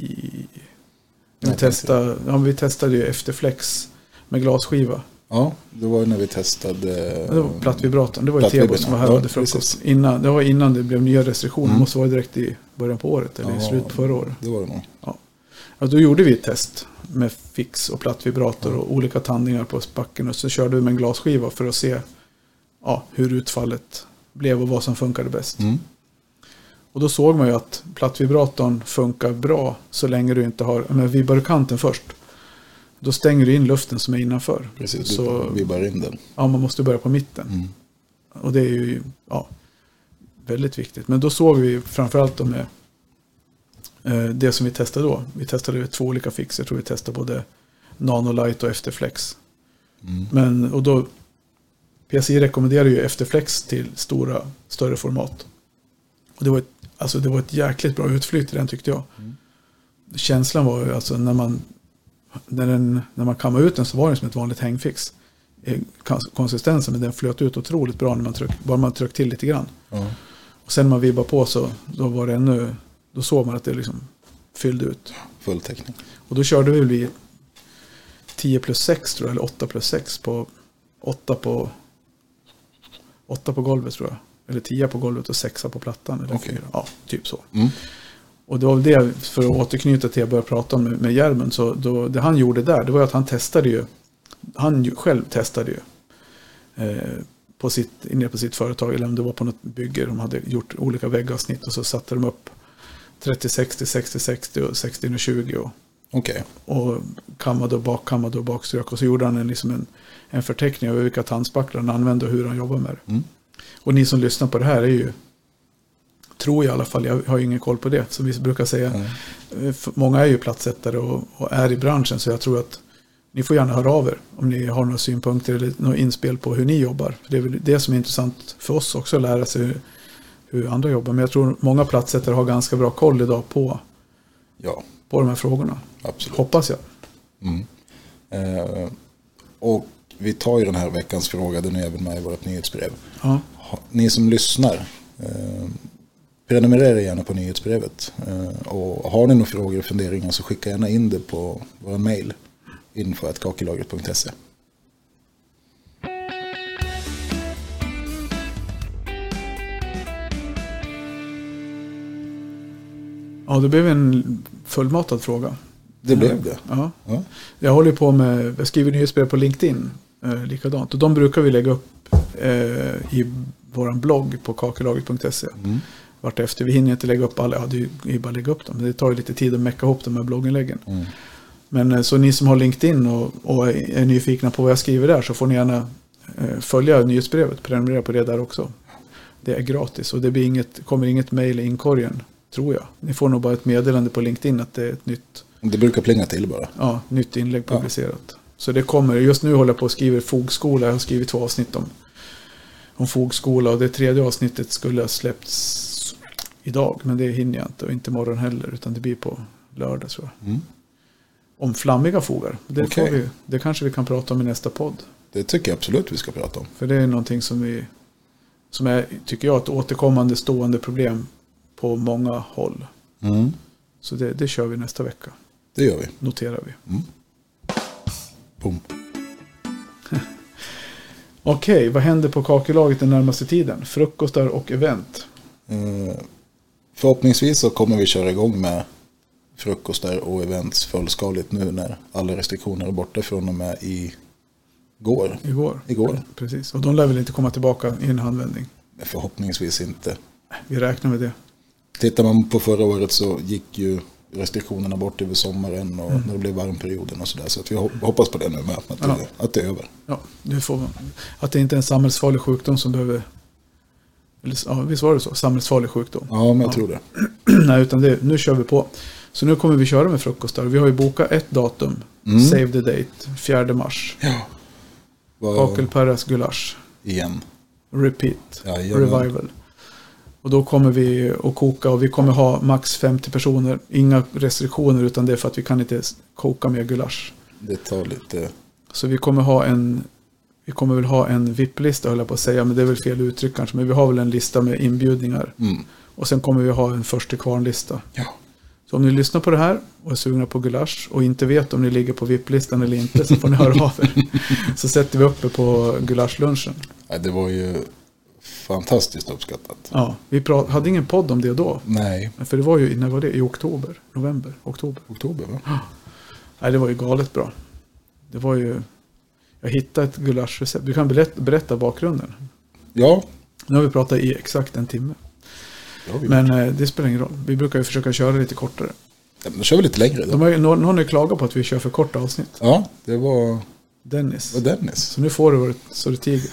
Vi testade ju Efterflex med glasskiva. Ja, det var när vi testade... Det var plattvibratorn. Det var ju Tebo som var här och hade frukost. Det var innan det blev nya restriktioner. Det måste vara direkt i början på året, eller i slutet på förra året. Det var det nog. Ja, då gjorde vi ett test med fix och plattvibrator och olika tandningar på spacken. Och så körde vi med en glasskiva för att se hur utfallet blev och vad som funkade bäst. Och då såg man ju att plattvibratorn funkar bra så länge du inte har, men vibbar kanten först. Då stänger du in luften som är innanför. Precis, så vi börjar in den. Ja, man måste börja på mitten. Och det är ju väldigt viktigt. Men då såg vi framförallt med det som vi testade då. Vi testade 2 olika fix. Jag tror vi testade både Nanolite och Efterflex. Och då PSI rekommenderar ju Efterflex till större format. Och det var ett jäkligt bra utflyt i den, tyckte jag. Känslan var ju alltså när man kammade ut den så var den som ett vanligt hängfix. Konsistensen, men den flöt ut otroligt bra bara man tryckte till lite grann. Och sen när man vibbade på så då var det då såg man att det liksom fyllde ut. Full täckning. Och då körde vi 10+6 tror jag, eller 8+6 på 8 på golvet tror jag. Eller 10 på golvet och 6 på plattan. Eller 4. Ja, typ så. Och det var det, för att återknyta till att jag började prata om med Järmen, så det han gjorde där, det var att han själv testade ju inne på sitt företag, eller om det var på något bygge, de hade gjort olika väggavsnitt och så satte de upp 30-60, 60-60 och 60-20 och kammade och bakströk, och så gjorde han en förteckning över vilka tandspacklar han använde och hur han jobbar med det. Och ni som lyssnar på det här är ju, tror jag i alla fall, jag har ju ingen koll på det, som vi brukar säga. Många är ju platssättare och är i branschen, så jag tror att ni får gärna höra av er om ni har några synpunkter eller några inspel på hur ni jobbar. Det är väl det som är intressant för oss också, att lära sig hur andra jobbar. Men jag tror många platssättare har ganska bra koll idag på de här frågorna. Absolut. Hoppas jag. Och vi tar ju den här veckans fråga, den är även med i vårt nyhetsbrev. Ja. Ni som lyssnar, prenumerera gärna på nyhetsbrevet. Och har ni några frågor och funderingar så skicka gärna in det på vår mail info@kakelagret.se. Ja, det blev en fullmatad fråga. Det blev det. Ja. Jag håller på jag skriver nyhetsbrev på LinkedIn likadant. Och de brukar vi lägga upp i vår blogg på kakelagret.se. Vart efter. Vi hinner inte lägga upp alla. Det är bara att lägga upp dem. Men det tar ju lite tid att mecka ihop de här blogginläggen. Men så ni som har LinkedIn och är nyfikna på vad jag skriver där, så får ni gärna följa nyhetsbrevet. Prenumerera på det där också. Det är gratis och det kommer inget mejl i inkorgen, tror jag. Ni får nog bara ett meddelande på LinkedIn att det är ett nytt. Det brukar plinga till bara. Ja, nytt inlägg publicerat. Så det kommer. Just nu håller jag på att skriva fogskola. Jag har skrivit 2 avsnitt om fogskola, och det 3:e avsnittet skulle ha släppts idag, men det hinner jag inte, och inte imorgon heller, utan det blir på lördag, tror jag. Om flammiga fogar. Det kanske vi kan prata om i nästa podd. Det tycker jag absolut vi ska prata om. För det är någonting som är, tycker jag, ett återkommande stående problem på många håll. Så det kör vi nästa vecka. Det gör vi. Noterar vi. Boom. Okej, vad händer på Kakellaget den närmaste tiden? Frukostar och event. Förhoppningsvis så kommer vi köra igång med frukostar och events fullskaligt nu när alla restriktioner är borta från och med igår. Precis, och de lär väl inte komma tillbaka i en handvändning. Förhoppningsvis inte. Vi räknar med det. Tittar man på förra året så gick ju restriktionerna bort över sommaren och när det blev varmperioden och sådär. Så att vi hoppas på det nu med att det är över. Ja, att det inte är en samhällsfarlig sjukdom som behöver... visst var det så? Samhällsfarlig sjukdom. Ja, men jag tror det. Nej, utan nu kör vi på. Så nu kommer vi köra med frukostar. Vi har ju bokat ett datum. Save the date. 4 mars. Ja. Kakelperras gulasch. Igen. Repeat. Ja, Revival. Och då kommer vi att koka, och vi kommer ha max 50 personer. Inga restriktioner, utan det är för att vi kan inte koka mer gulasch. Det tar lite... Så vi kommer väl ha en VIP-lista, höll jag på att säga, men det är väl fel uttryck kanske. Men vi har väl en lista med inbjudningar. Och sen kommer vi ha en första kvarnlista. Ja. Så om ni lyssnar på det här och är sugna på gulasch och inte vet om ni ligger på VIP-listan eller inte, så får ni höra av er. Så sätter vi uppe på gulaschlunchen. Ja, det var ju fantastiskt uppskattat. Ja, vi hade ingen podd om det då. Nej. För det var ju, när var det? I oktober? November? Oktober? Oktober, va? Nej, det var ju galet bra. Det var ju... Jag hittade ett gulaschrecept. Du kan berätta bakgrunden. Ja. Nu har vi pratat i exakt 1 timme. Men det spelar ingen roll. Vi brukar ju försöka köra lite kortare. Ja, då kör vi lite längre. Någon har ju klagat på att vi kör för korta avsnitt. Ja, det var Dennis. Så nu får du så det tiger.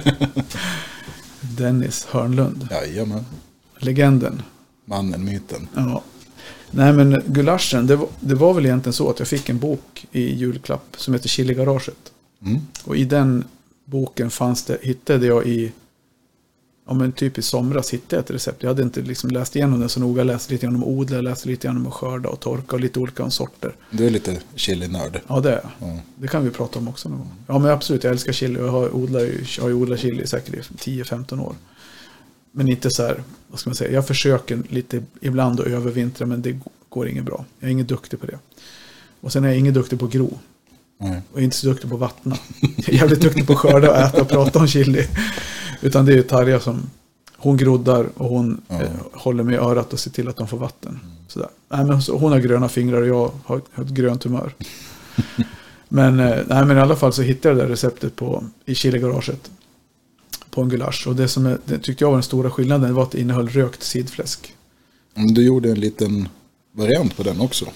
Dennis Hörnlund. Jajamän. Legenden. Mannen, myten. Ja. Nej, men gulaschen, det var väl egentligen så att jag fick en bok i julklapp som heter Chili-garaget. Och i den boken hittade jag typ i somras hittade jag ett recept. Jag hade inte liksom läst igenom den så noga. Jag läste lite grann om odla, läste lite grann om skörda och torka och lite olika sorter. Du är lite chili-nörd. Ja, det är jag. Det kan vi prata om också någon gång. Ja, men absolut, jag älskar chili och jag har odlat chili säkert i 10-15 år. Men inte så här, vad ska man säga, jag försöker lite ibland att övervintra, men det går inget bra. Jag är ingen duktig på det. Och sen är jag ingen duktig på gro. Och inte så duktig på vattna. Jag är jävligt duktig på att skörda och äta och prata om chili. Utan det är ju Tarja som, hon groddar och hon håller med i örat och ser till att de får vatten. Sådär. Nej, men hon har gröna fingrar och jag har ett grönt humör. Men i alla fall så hittade jag det där receptet i Chili-garaget. På en gulasch. Och det tyckte jag var den stora skillnaden var att det innehöll rökt sidfläsk. Du gjorde en liten variant på den också.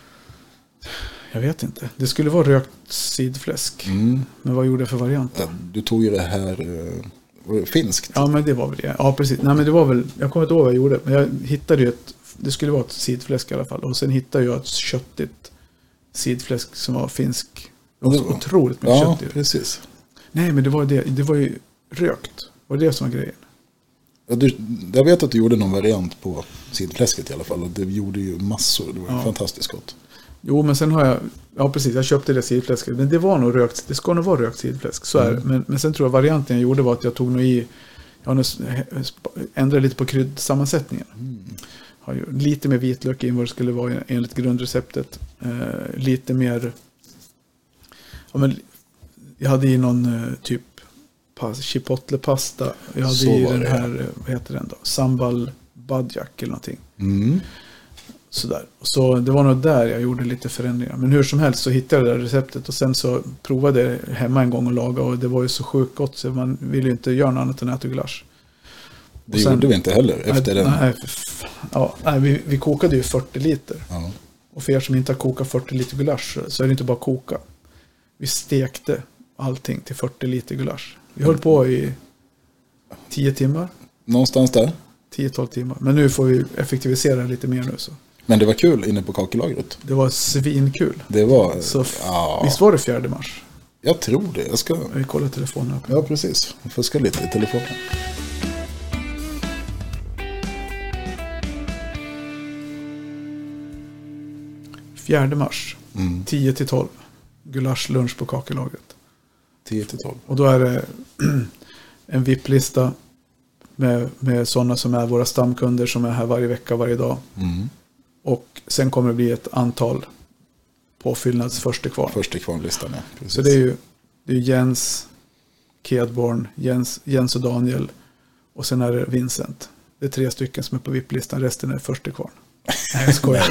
Jag vet inte. Det skulle vara rökt sidfläsk. Men vad gjorde jag för variant? Ja, du tog ju det här finskt. Ja, men det var väl det. Ja, precis. Nej, men det var väl, jag kommer inte ihåg vad jag gjorde. Men jag hittade ju det skulle vara ett sidfläsk i alla fall. Och sen hittade jag ett köttigt sidfläsk som var finsk. Otroligt mycket kött i det. Precis. Nej, men det var ju rökt. Och det som var grejen. Ja, jag vet att du gjorde någon variant på sidfläsket i alla fall. Och det gjorde ju massor. Det var fantastiskt gott. Jo, men sen har jag... Ja, precis. Jag köpte det sidfläsket. Men det var nog rökt. Det ska nog vara rökt sidfläsk. Så är det. Men sen tror jag varianten jag gjorde var att jag tog nog i... Jag ändrade lite på kryddsammansättningen. Har ju lite mer vitlök in vad det skulle vara enligt grundreceptet. Lite mer... Ja, men jag hade i någon typ chipotle-pasta. Jag hade i den här, vad heter den då? Sambal badjak eller någonting. Sådär. Så det var nog där jag gjorde lite förändringar. Men hur som helst så hittade jag det där receptet. Och sen så provade jag hemma en gång och laga. Och det var ju så sjukt gott så man ville ju inte göra något annat än äta gulasch. Det gjorde vi inte heller efter den. Nej, vi kokade ju 40 liter. Ja. Och för er som inte har kokat 40 liter gulasch så är det inte bara koka. Vi stekte allting till 40 liter gulasch. Vi höll på i 10 timmar. Någonstans där. 10-12 timmar. Men nu får vi effektivisera lite mer nu så. Men det var kul inne på kakellagret. Det var svinkul. Det var... Så visst var det 4 mars? Jag tror det. Vi kollar telefonen. Ja, precis. Jag fuskar lite i telefonen. Fjärde mars. 10-12. Gulaschlunch på kakellagret. 10-12. Och då är det en VIP-lista med sådana som är våra stamkunder som är här varje vecka, varje dag. Och sen kommer det bli ett antal påfyllnads första kvarnlistan, ja. Precis. Så det är ju Jens, Kedborn, Jens och Daniel och sen är det Vincent. Det är 3 stycken som är på VIP-listan, resten är första kvarn. Nej, jag skojar.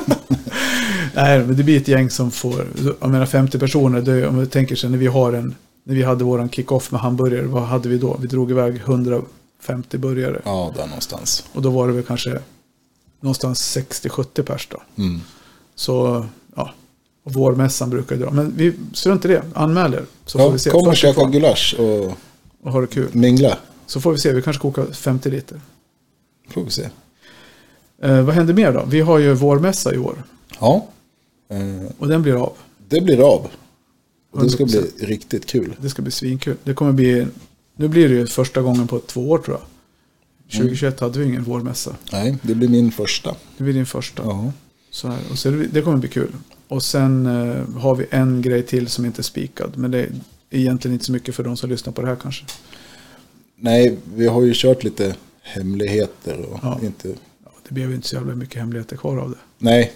Nej, men det blir ett gäng som får, jag menar 50 personer, om vi tänker sig när vi hade våran kick-off med hamburgare, vad hade vi då? Vi drog iväg 150 burgare. Ja, där någonstans. Och då var det väl kanske någonstans 60-70 pers då. Så, ja. Och vårmässan brukar dra. Men vi struntar i det. Anmäler. Så får vi se. Kom och käka gulasch och ha det kul. Mingla. Så får vi se. Vi kanske kokar 50 liter. Får vi se. Vad händer mer då? Vi har ju vårmässa i år. Ja. Och den blir av. Det blir av. Och det ska bli riktigt kul. Det ska bli svinkul. Det kommer bli... Nu blir det ju första gången på 2 år tror jag. 2021 hade vi ingen vårmässa. Nej, det blir min första. Det blir din första. Ja. Så här. Och så det kommer bli kul. Och sen har vi en grej till som inte är spikad. Men det är egentligen inte så mycket för de som lyssnar på det här kanske. Nej, vi har ju kört lite hemligheter. Och inte... Ja, det blev ju inte så jävla mycket hemligheter kvar av det. Nej.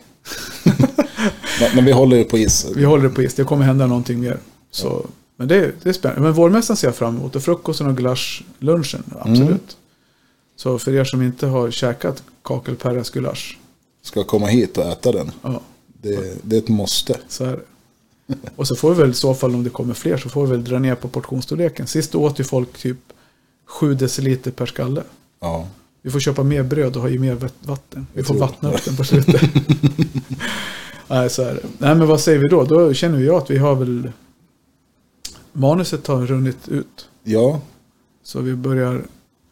Men vi håller det på is. Vi håller det på is. Det kommer hända någonting mer. Så, men det är spännande. Men vårmässan ser jag fram emot. Och frukosten och gulaschlunchen. Absolut. Så för er som inte har käkat kakelperras gulasch. Ska komma hit och äta den. Ja. Det är ett måste. Så är det. Och så får vi väl i så fall om det kommer fler så får vi väl dra ner på portionsstorleken. Sist åt ju folk typ 7 deciliter per skalle. Ja. Vi får köpa mer bröd och ha i mer vatten. Vi får vattna upp den på slutet. Nej, så här. Nej, men vad säger vi då? Då känner vi att vi har väl... Manuset har runnit ut. Ja. Så vi börjar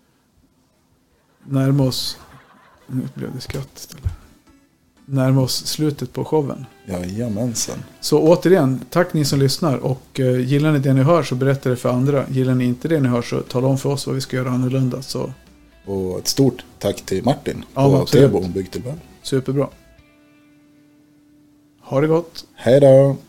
närma oss... Nu blev det skratt istället. Närma oss slutet på showen. Jajamensan. Så återigen, tack ni som lyssnar. Och gillar ni det ni hör så berätta det för andra. Gillar ni inte det ni hör så tala om för oss vad vi ska göra annorlunda. Så. Och ett stort tack till Martin på Tebo Byggtillbehör. Superbra. Ha det gott. Hej då.